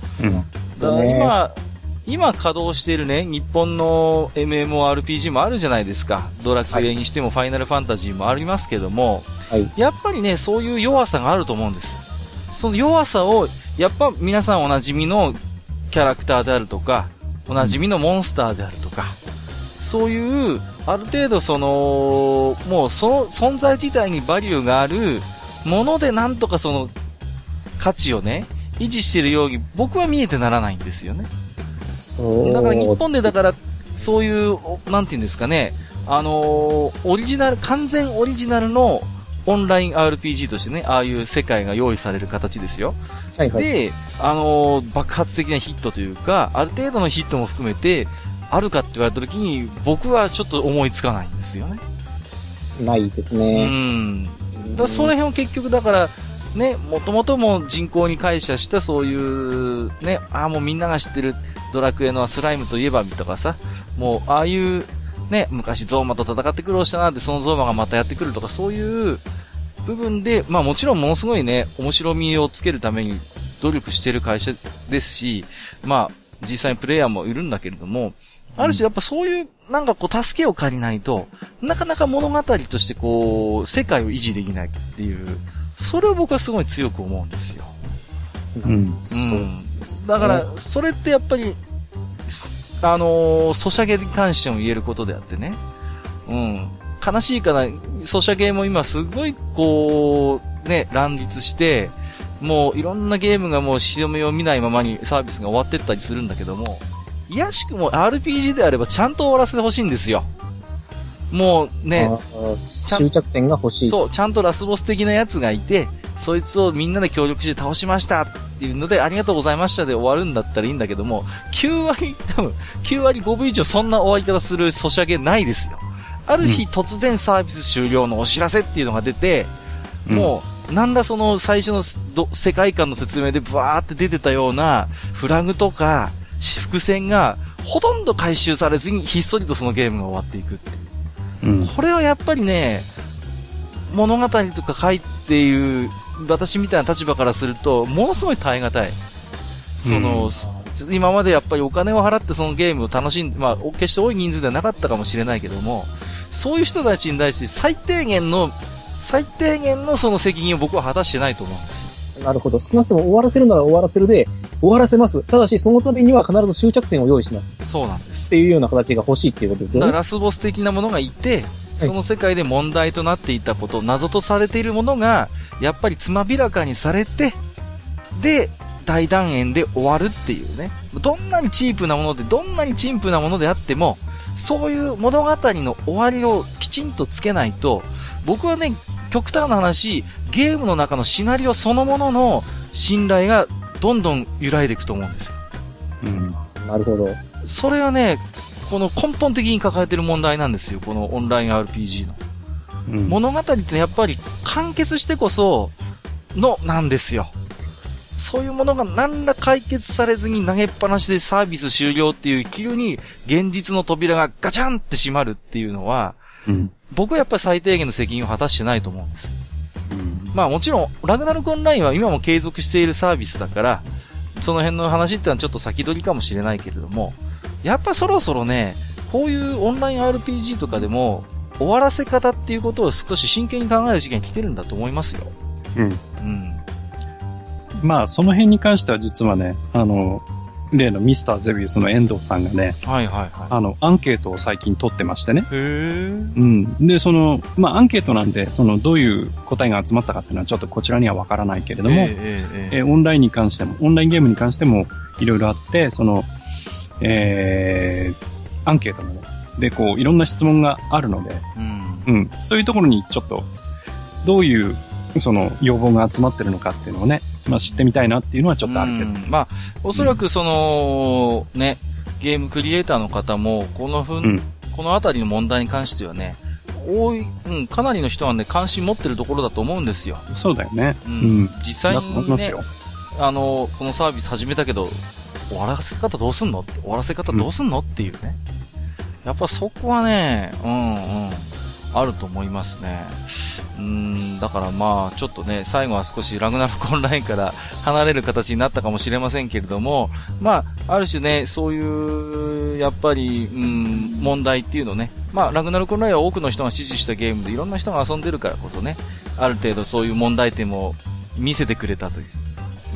今稼働しているね、日本の MMORPG もあるじゃないですか。ドラクエにしてもファイナルファンタジーもありますけども、やっぱりね、そういう弱さがあると思うんです。その弱さを、やっぱ皆さんおなじみのキャラクターであるとか、おなじみのモンスターであるとか、そういう、ある程度もうその存在自体にバリューがあるものでなんとかその価値をね、維持しているように僕は見えてならないんですよね。だから日本でだから、そういう、なんていうんですかね、完全オリジナルのオンライン RPG としてね、ああいう世界が用意される形ですよ。で、爆発的なヒットというか、ある程度のヒットも含めて、あるかって言われた時に、僕はちょっと思いつかないんですよね。 ないですね。 その辺を結局だから、ね、もともとも人口に解釈したそういう、ね、もうみんなが知ってるドラクエのスライムといえばとかさ、もう、ああいう、ね、昔ゾーマと戦って苦労したなって、そのゾーマがまたやってくるとか、そういう部分で、まあもちろんものすごいね、面白みをつけるために努力している会社ですし、まあ、実際にプレイヤーもいるんだけれども、ある種やっぱそういう、なんかこう、助けを借りないと、なかなか物語としてこう、世界を維持できないっていう、それを僕はすごい強く思うんですよ。だから、それってやっぱり、ソシャゲに関しても言えることであってね。悲しいかな、ソシャゲも今すごいこう、ね、乱立して、もういろんなゲームがもう潮目を見ないままにサービスが終わってったりするんだけども、いやしくも RPG であればちゃんと終わらせてほしいんですよ。もうね、 終着点が欲しい。 そう、ちゃんとラスボス的なやつがいて、そいつをみんなで協力して倒しましたっていうので、ありがとうございましたで終わるんだったらいいんだけども、9割5分以上そんな終わり方するソシャゲないですよ。ある日突然サービス終了のお知らせっていうのが出て、もう、なんだその最初の世界観の説明でブワーって出てたようなフラグとか伏線がほとんど回収されずにひっそりとそのゲームが終わっていくっていう。これはやっぱりね、物語とか書いている私みたいな立場からすると、ものすごい耐え難い。今までやっぱりお金を払ってそのゲームを楽しんで、まあ、決して多い人数ではなかったかもしれないけども、そういう人たちに対して最低限のその責任を僕は果たしてないと思うんですよ。 なるほど。少なくとも終わらせるなら終わらせるで、終わらせます。ただし、そのためには必ず終着点を用意します。 そうなんです。 っていうような形が欲しいっていうことですよね。 だからラスボス的なものがいて、その世界で問題となっていたこと、謎とされているものが、やっぱりつまびらかにされて、で、大団円で終わるっていうね。どんなにチープなもので、どんなに陳腐なものであっても、そういう物語の終わりをきちんとつけないと、僕はね、極端な話、ゲームの中のシナリオそのものの信頼がどんどん揺らいでいくと思うんですよ。 なるほど。 それはね、この根本的に抱えている問題なんですよ、このオンライン RPG の。物語ってやっぱり完結してこそなんですよ。そういうものが何ら解決されずに投げっぱなしでサービス終了っていう急に現実の扉がガチャンって閉まるっていうのは、僕はやっぱり最低限の責任を果たしてないと思うんです。まあもちろん、ラグナロクオンラインは今も継続しているサービスだから、その辺の話ってのはちょっと先取りかもしれないけれども、やっぱそろそろね、こういうオンライン RPG とかでも、終わらせ方っていうことを少し真剣に考える時期が来てるんだと思いますよ。まあ、その辺に関しては実はね、 例のミスターゼビウスの遠藤さんがね、 はいはいはい。 アンケートを最近取ってましてね。 へー。 うん。で、アンケートなんで、どういう答えが集まったかっていうのはちょっとこちらにはわからないけれども、オンラインに関しても、オンラインゲームに関してもいろいろあって、アンケートもね、で、いろんな質問があるので、うん。そういうところにちょっと、どういう、要望が集まってるのかっていうのをね、知ってみたいなっていうのはちょっとあるけど。 おそらくね、ゲームクリエイターの方も、このあたりの問題に関してはね、かなりの人はね、関心持ってるところだと思うんですよ。 そうだよね。 実際にね、このサービス始めたけど、終わらせ方どうすんのっていうね。やっぱそこはね、あると思いますね。だからちょっとね、最後は少しラグナロクオンラインから離れる形になったかもしれませんけれども、ある種ね、そういう、やっぱり、問題っていうのね、ラグナロクオンラインは多くの人が支持したゲームでいろんな人が遊んでるからこそね、ある程度そういう問題点も見せてくれたという、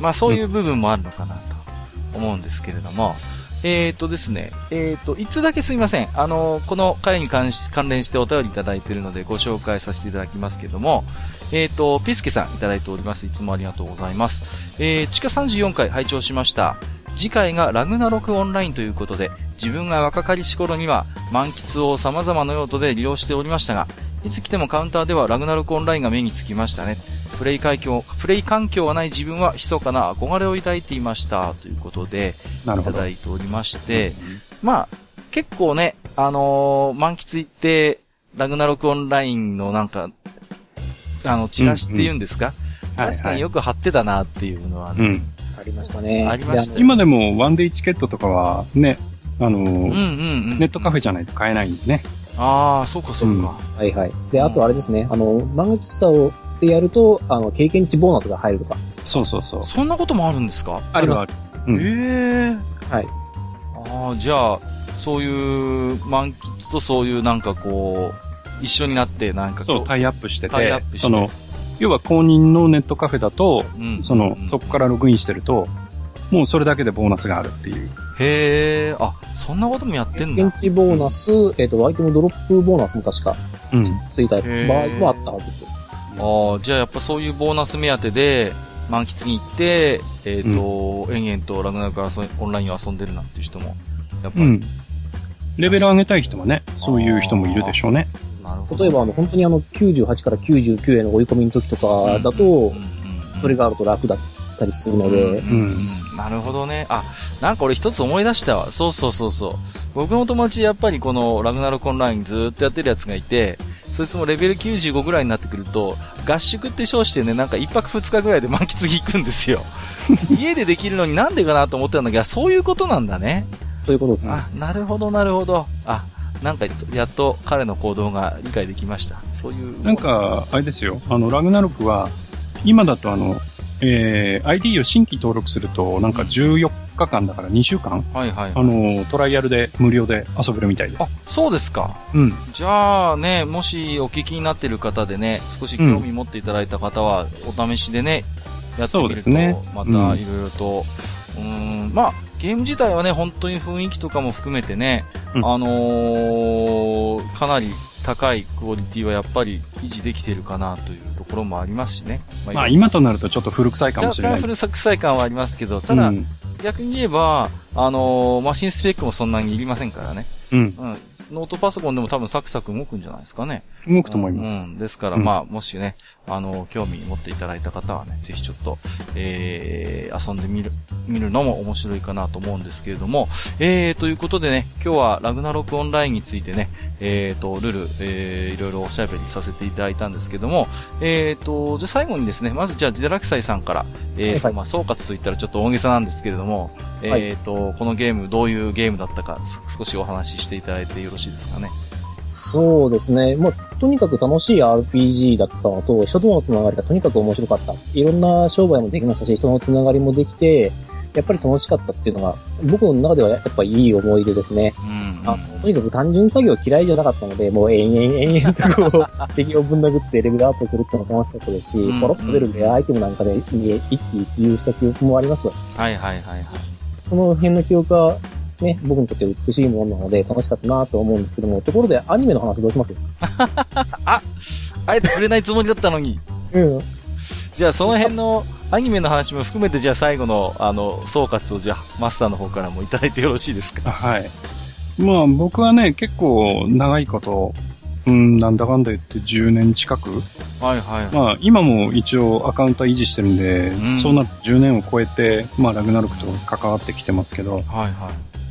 そういう部分もあるのかなと思うんですけれども、ですね、いつだけすいません。この回に関連してお便りいただいているのでご紹介させていただきますけども、ピスケさんいただいております。いつもありがとうございます。地下34回拝聴しました。次回がラグナロクオンラインということで、自分が若かりし頃には満喫を様々な用途で利用しておりましたが、いつ来てもカウンターではラグナロクオンラインが目につきましたね。プレイ環境はない自分は密かな憧れを抱いていましたということでいただいておりまして、結構ね、満喫行ってラグナロクオンラインのチラシって言うんですか、確かによく貼ってたなっていうのは、ねありましたね。 ありました。今でもワンデイチケットとかはね、ネットカフェじゃないと買えないんでね。 ああ、そうかそうか。 はいはい。で、あとあれですね、漫画喫茶をでやると、経験値ボーナスが入るとか。 そう。 そんなこともあるんですか？ あります。 はい。じゃあ、そういう満喫とそういう一緒になってそう、タイアップしてて、要は公認のネットカフェだと、そこからログインしてると、もうそれだけでボーナスがあるっていう。 へー、そんなこともやってんだ。 経験値ボーナス、アイテムドロップボーナスも確か、ついた場合もあったはずですよ。 じゃあやっぱそういうボーナス目当てで、満喫に行って、延々とラグナロクオンラインを遊んでるなんていう人も、やっぱり。 レベル上げたい人はね、そういう人もいるでしょうね。 なるほど。例えば本当に98から99への追い込みの時とかだと、それがあると楽だったりするので。 なるほどね。俺一つ思い出したわ。そう。僕の友達やっぱりこのラグナロクオンラインずーっとやってるやつがいて、そいつもレベル95ぐらいになってくると、合宿って称してね、一泊二日ぐらいで満喫に行くんですよ。家でできるのになんでかなと思ってたんだけど、そういうことなんだね。 そういうことです。 なるほど。やっと彼の行動が理解できました。そういう。 あれですよ。ラグナロクは、今だとID を新規登録すると、14日間だから2週間、トライアルで無料で遊べるみたいです。 そうですか。じゃあね、もしお聞きになっている方でね、少し興味持っていただいた方は、お試しでね、やってみると、またいろいろと、ゲーム自体はね、本当に雰囲気とかも含めてね、かなり高いクオリティはやっぱり維持できているかなというところもありますしね。 今となるとちょっと古臭いかもしれない。 古臭い感はありますけど、ただ、逆に言えば、マシンスペックもそんなにいりませんからね。ノートパソコンでも多分サクサク動くんじゃないですかね。 動くと思います。 ですから、もしね、興味持っていただいた方はね、ぜひちょっと、遊んでみるのも面白いかなと思うんですけれども、ということでね、今日はラグナロクオンラインについてね、ルル、いろいろおしゃべりさせていただいたんですけども、じゃ最後にですね、まずじゃあジダラクサイさんから、総括と言ったらちょっと大げさなんですけれども、このゲーム、どういうゲームだったか、少しお話ししていただいてよろしいですかね。 そうですね。とにかく楽しい RPG だったのと、人とのつながりがとにかく面白かった。いろんな商売もできましたし、人のつながりもできて、やっぱり楽しかったっていうのが、僕の中ではやっぱりいい思い出ですね。とにかく単純作業嫌いじゃなかったので、もう延々と敵をぶん殴ってレベルアップするっていうのが楽しかったですし、ポロッと出るレアアイテムなんかで一喜一憂した記憶もあります。 その辺の記憶は、ね、僕にとって美しいものなので楽しかったなと思うんですけども、ところでアニメの話どうします？ あえて触れないつもりだったのに。 うん。 じゃあその辺のアニメの話も含めて、じゃあ最後の総括をじゃあマスターの方からもいただいてよろしいですか？ はい。まあ僕はね、結構長いこと、なんだかんだ言って10年近く。 はいはい。 まあ今も一応アカウントは維持してるんで、そうなると10年を超えて、まあラグナロクと関わってきてますけど。 はいはい。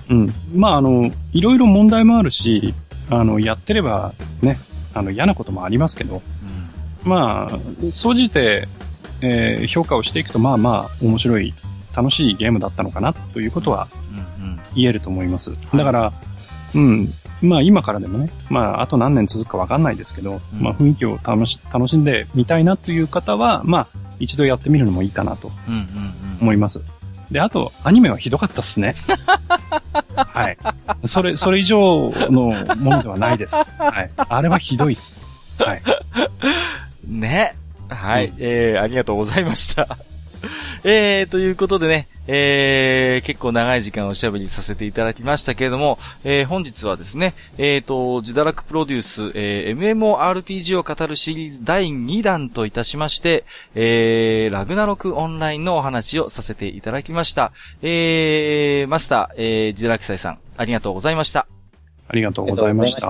まあいろいろ問題もあるし、やってればね、嫌なこともありますけど、まあ、総じて、評価をしていくと、まあまあ、面白い、楽しいゲームだったのかな、ということは、言えると思います。だから、まあ今からでもね、まああと何年続くかわかんないですけど、まあ雰囲気を楽しんでみたいなという方は、まあ一度やってみるのもいいかなと思います。で、あと、アニメはひどかったっすね。はい。それ以上のものではないです。はい。あれはひどいっす。はい。 ね。はい。ありがとうございました。ということでね、結構長い時間おしゃべりさせていただきましたけれども、本日はですね、自堕落プロデュース、MMORPG を語るシリーズ第2弾といたしまして、ラグナロクオンラインのお話をさせていただきました。マスター、自堕落斎さん、ありがとうございました。 ありがとうございました。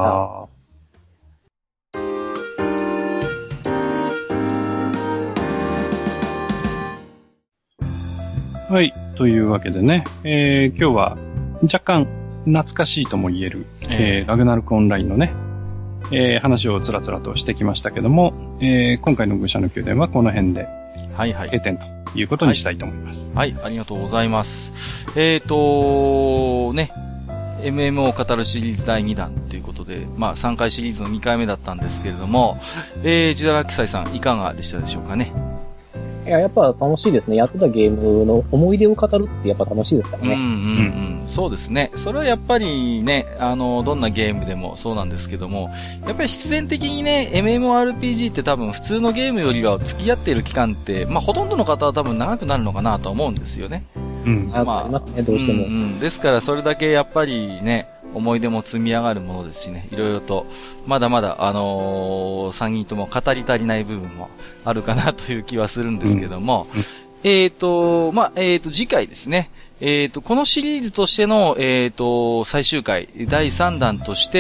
はい。というわけでね、今日は若干懐かしいとも言える、ラグナロクオンラインのね、話をつらつらとしてきましたけども、今回の愚者の宮殿はこの辺で、閉店ということにしたいと思います。 はい、ありがとうございます。ね、MMO を語るシリーズ第2弾ということで、まあ3回シリーズの2回目だったんですけれども、自堕落斎さんいかがでしたでしょうかね。 いや、やっぱ楽しいですね。やってたゲームの思い出を語るってやっぱ楽しいですからね。 そうですね。それはやっぱりね、どんなゲームでもそうなんですけども、やっぱり必然的にね、MMORPG って多分普通のゲームよりは付き合っている期間って、まあほとんどの方は多分長くなるのかなと思うんですよね。 まあ、ありますね、どうしても。 ですからそれだけやっぱりね、思い出も積み上がるものですしね、いろいろと、まだまだ、3人とも語り足りない部分もあるかなという気はするんですけども、次回ですね、このシリーズとしての、最終回、第3弾として、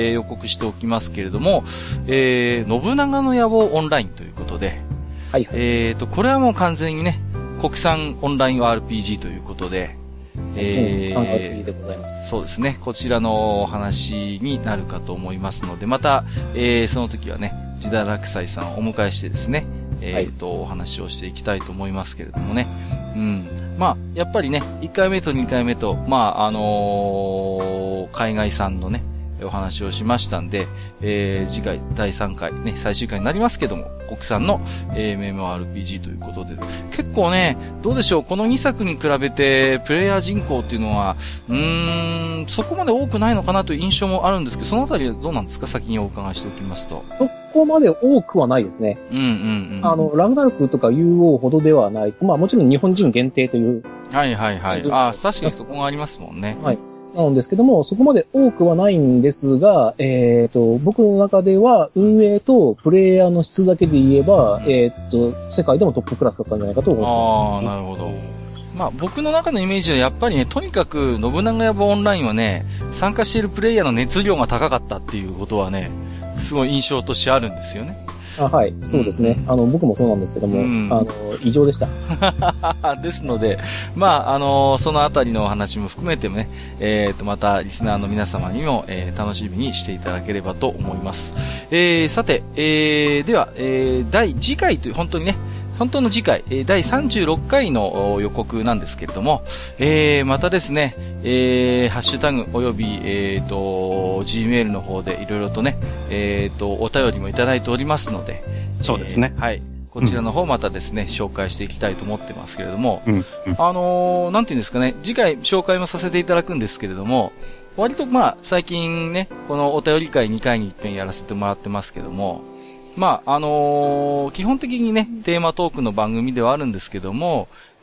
予告しておきますけれども、信長の野望オンラインということで、これはもう完全にね、国産オンライン RPG ということで、 RPG でございます。 そうですね。こちらのお話になるかと思いますので、また、その時はね、自堕落斎さんをお迎えしてですね、お話をしていきたいと思いますけれどもね。まあ、やっぱりね、1回目と2回目と、まあ、海外産のね、お話をしましたんで、次回第3回ね、最終回になりますけども、国産の、MMORPG ということで、結構ね、どうでしょう、この2作に比べて、プレイヤー人口っていうのは、そこまで多くないのかなという印象もあるんですけど、そのあたりはどうなんですか？先にお伺いしておきますと。 そこまで多くはないですね。ラグナロクとか UO ほどではない。まあもちろん日本人限定という。 はいはいはい。確かにそこがありますもんね。 はい。なんですけども、そこまで多くはないんですが、僕の中では運営とプレイヤーの質だけで言えば、世界でもトップクラスだったんじゃないかと思ってます。 なるほど。まあ僕の中のイメージはやっぱりね、とにかく信長野望オンラインはね、参加しているプレイヤーの熱量が高かったっていうことはね、すごい印象としてあるんですよね。 はい、そうですね。僕もそうなんですけども、異常でした。 ですので、まあ、そのあたりのお話も含めてもね、またリスナーの皆様にも、楽しみにしていただければと思います。さて、では、次回という、本当にね、本当の次回、第36回の予告なんですけれども、またですね、ハッシュタグおよび、Gmail の方でいろいろとね、お便りもいただいておりますので、 そうですね。 はい。こちらの方またですね、紹介していきたいと思ってますけれども、なんていうんですかね、次回紹介もさせていただくんですけれども、割とまあ、最近ね、このお便り会2回に1遍やらせてもらってますけども、まあ、基本的にね、テーマトークの番組ではあるんですけども、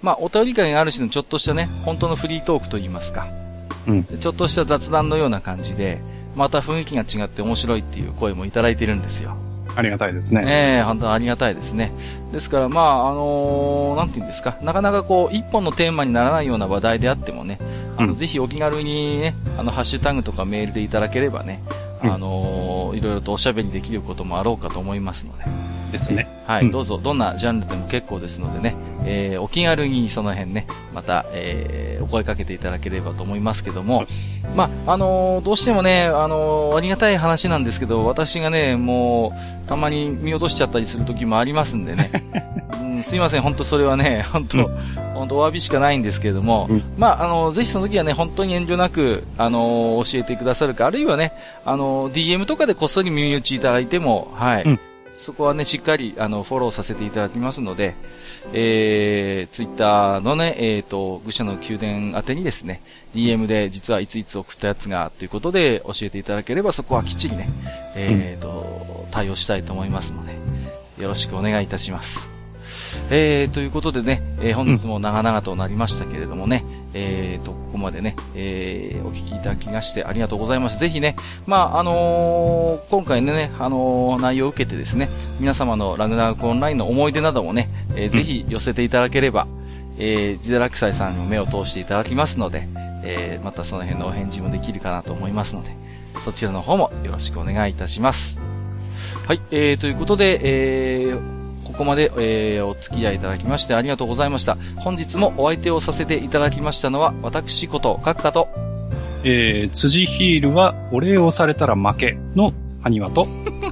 まあ、お便り会がある種のちょっとしたね、本当のフリートークといいますか。 うん。 ちょっとした雑談のような感じで、また雰囲気が違って面白いっていう声もいただいてるんですよ。 ありがたいですね。 本当にありがたいですね。ですから、まあ、なんていうんですか、なかなかこう、一本のテーマにならないような話題であってもね、ぜひお気軽にね、ハッシュタグとかメールでいただければね、いろいろとおしゃべりできることもあろうかと思いますので。 ですね。 はい、どうぞ、どんなジャンルでも結構ですのでね、お気軽にその辺ね、また、お声かけていただければと思いますけども、まあ、どうしてもね、ありがたい話なんですけど、私がね、もう、たまに見落としちゃったりする時もありますんでね、すいません、本当それはね、本当お詫びしかないんですけれども、まあ、ぜひその時はね、本当に遠慮なく、教えてくださるか、あるいはね、DM とかでこっそり耳打ちいただいても、はい。そこはね、しっかり、フォローさせていただきますので、ツイッターのね、愚者の宮殿宛てにですね、DM で実はいついつ送ったやつが、ということで教えていただければ、そこはきっちりね、対応したいと思いますので、よろしくお願いいたします。ということでね、本日も長々となりましたけれどもね、ここまでね、お聞きいただきましてありがとうございます。ぜひね、まあ、今回のね、内容を受けてですね、皆様のラグナークオンラインの思い出などもね、ぜひ寄せていただければ、自堕落斎さんに目を通していただきますので、またその辺のお返事もできるかなと思いますので、そちらの方もよろしくお願いいたします。はい、ということで、ここまで、お付き合いいただきましてありがとうございました。本日もお相手をさせていただきましたのは、私ことカクカと、 辻ヒールはお礼をされたら負けのハニワと、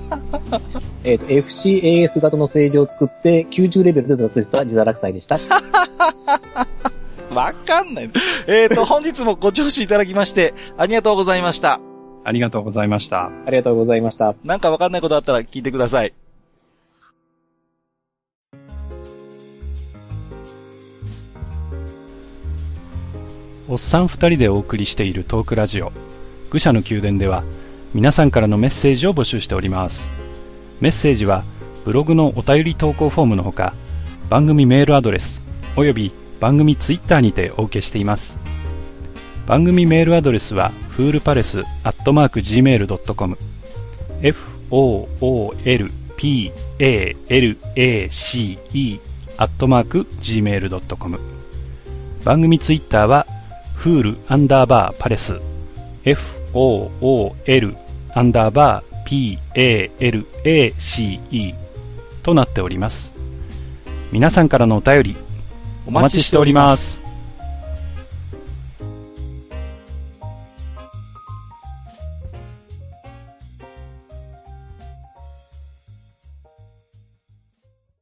FCAS 型の政治を作って90レベルで脱出した自堕落斎でした。 わかんない。本日もご聴取いただきましてありがとうございました。 ありがとうございました。 ありがとうございました。 なんかわかんないことあったら聞いてください。 おっさん二人でお送りしているトークラジオ愚者の宮殿では皆さんからのメッセージを募集しております。メッセージはブログのお便り投稿フォームのほか、番組メールアドレスおよび番組ツイッターにてお受けしています。番組メールアドレスはfoolpalace@gmail.com foolpalace@gmail.com 番組ツイッターはfool_palace fool_palace となっております。皆さんからのお便りお待ちしております。